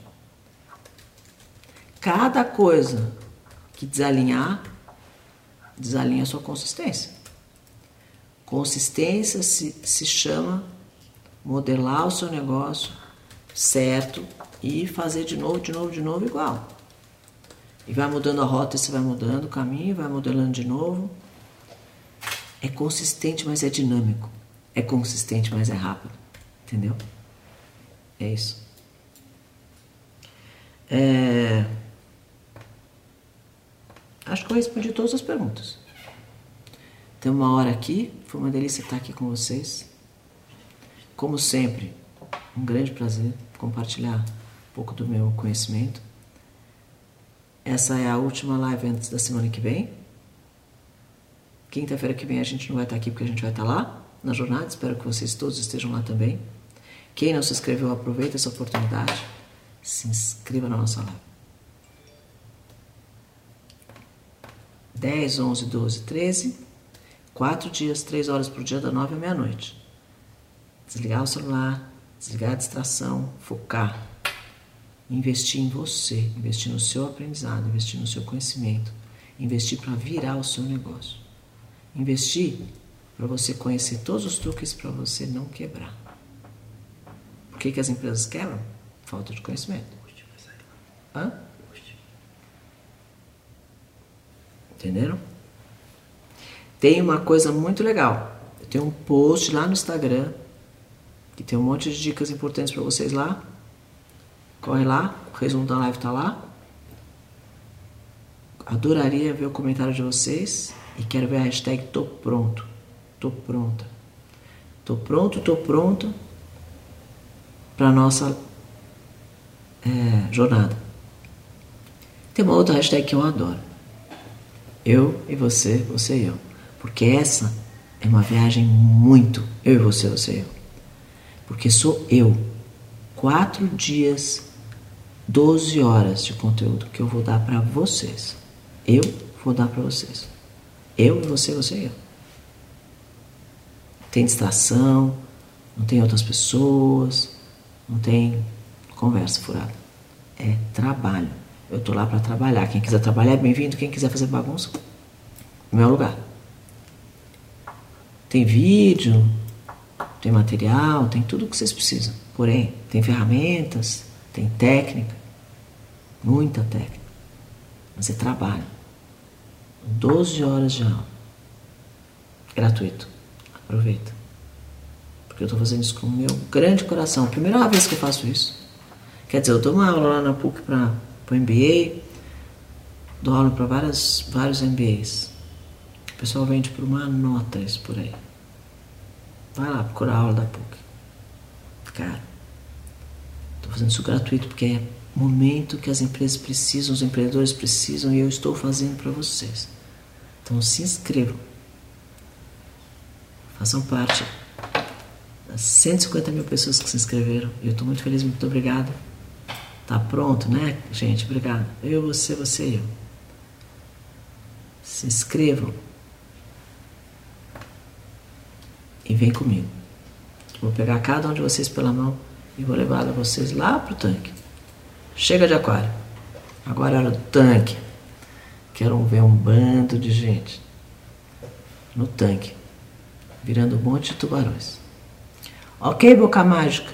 Cada coisa que desalinha a sua consistência. Consistência se chama modelar o seu negócio certo e fazer de novo igual. E vai mudando a rota, você vai mudando o caminho, vai modelando de novo. É consistente, mas é dinâmico. É consistente, mas é rápido. Entendeu? É isso. Acho que eu respondi todas as perguntas. Tem uma hora aqui, foi uma delícia estar aqui com vocês. Como sempre, um grande prazer compartilhar um pouco do meu conhecimento. Essa é a última live antes da semana que vem. Quinta-feira que vem a gente não vai estar aqui porque a gente vai estar lá. na jornada, espero que vocês todos estejam lá também. Quem não se inscreveu, aproveita essa oportunidade, se inscreva na nossa live. 10, 11, 12, 13, 4 dias, 3 horas por dia, da 9 à meia-noite. Desligar o celular, desligar a distração, focar, investir em você, investir no seu aprendizado, investir no seu conhecimento, investir para virar o seu negócio, investir para você conhecer todos os truques para você não quebrar. Por que as empresas quebram? Falta de conhecimento. Hã? Entenderam? Tem uma coisa muito legal. Eu tenho um post lá no Instagram que tem um monte de dicas importantes para vocês lá. Corre lá, o resumo da live tá lá. Adoraria ver o comentário de vocês e quero ver a hashtag tô pronto. Tô pronta. Tô pronto para nossa jornada. Tem uma outra hashtag que eu adoro. Eu e você, você e eu. Porque essa é uma viagem muito eu e você, você e eu. Porque sou eu. 4 dias, 12 horas de conteúdo que eu vou dar para vocês. Eu vou dar para vocês. Eu e você, você e eu. Não tem distração, não tem outras pessoas, não tem conversa furada. É trabalho. Eu tô lá para trabalhar. Quem quiser trabalhar é bem-vindo. Quem quiser fazer bagunça, no meu lugar. Tem vídeo, tem material, tem tudo o que vocês precisam. Porém, tem ferramentas, tem técnica, muita técnica. Mas é trabalho. 12 horas de aula. Gratuito. Aproveita. Porque eu estou fazendo isso com o meu grande coração. Primeira vez que eu faço isso. Quer dizer, eu dou uma aula lá na PUC para o MBA, dou aula para vários MBAs. O pessoal vende por uma nota isso por aí. Vai lá procurar a aula da PUC. Cara, estou fazendo isso gratuito porque é momento que as empresas precisam, os empreendedores precisam e eu estou fazendo para vocês. Então se inscrevam. Façam parte das 150 mil pessoas que se inscreveram. E eu estou muito feliz, muito obrigado. Tá pronto, né, gente? Obrigado. Eu, você e eu. Se inscrevam. E vem comigo. Vou pegar cada um de vocês pela mão e vou levar vocês lá pro tanque. Chega de aquário. Agora é hora do tanque. Quero ver um bando de gente no tanque, virando um monte de tubarões. Ok, boca mágica?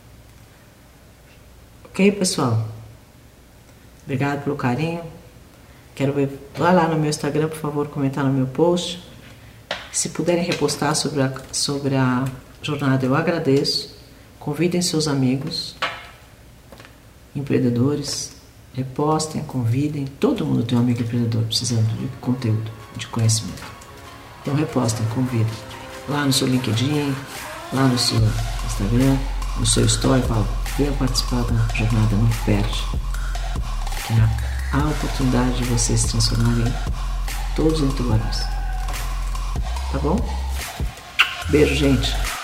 Ok, pessoal? Obrigado pelo carinho. Quero ver. Vai lá no meu Instagram, por favor, comentar no meu post. Se puderem repostar sobre a jornada, eu agradeço. Convidem seus amigos, empreendedores. Repostem, convidem. Todo mundo tem um amigo empreendedor precisando de conteúdo, de conhecimento. Então repostem, convidem. Lá no seu LinkedIn, lá no seu Instagram, no seu story, fala, venha participar da jornada, não perde. Que é a oportunidade de vocês se transformarem todos em tubarões. Tá bom? Beijo, gente.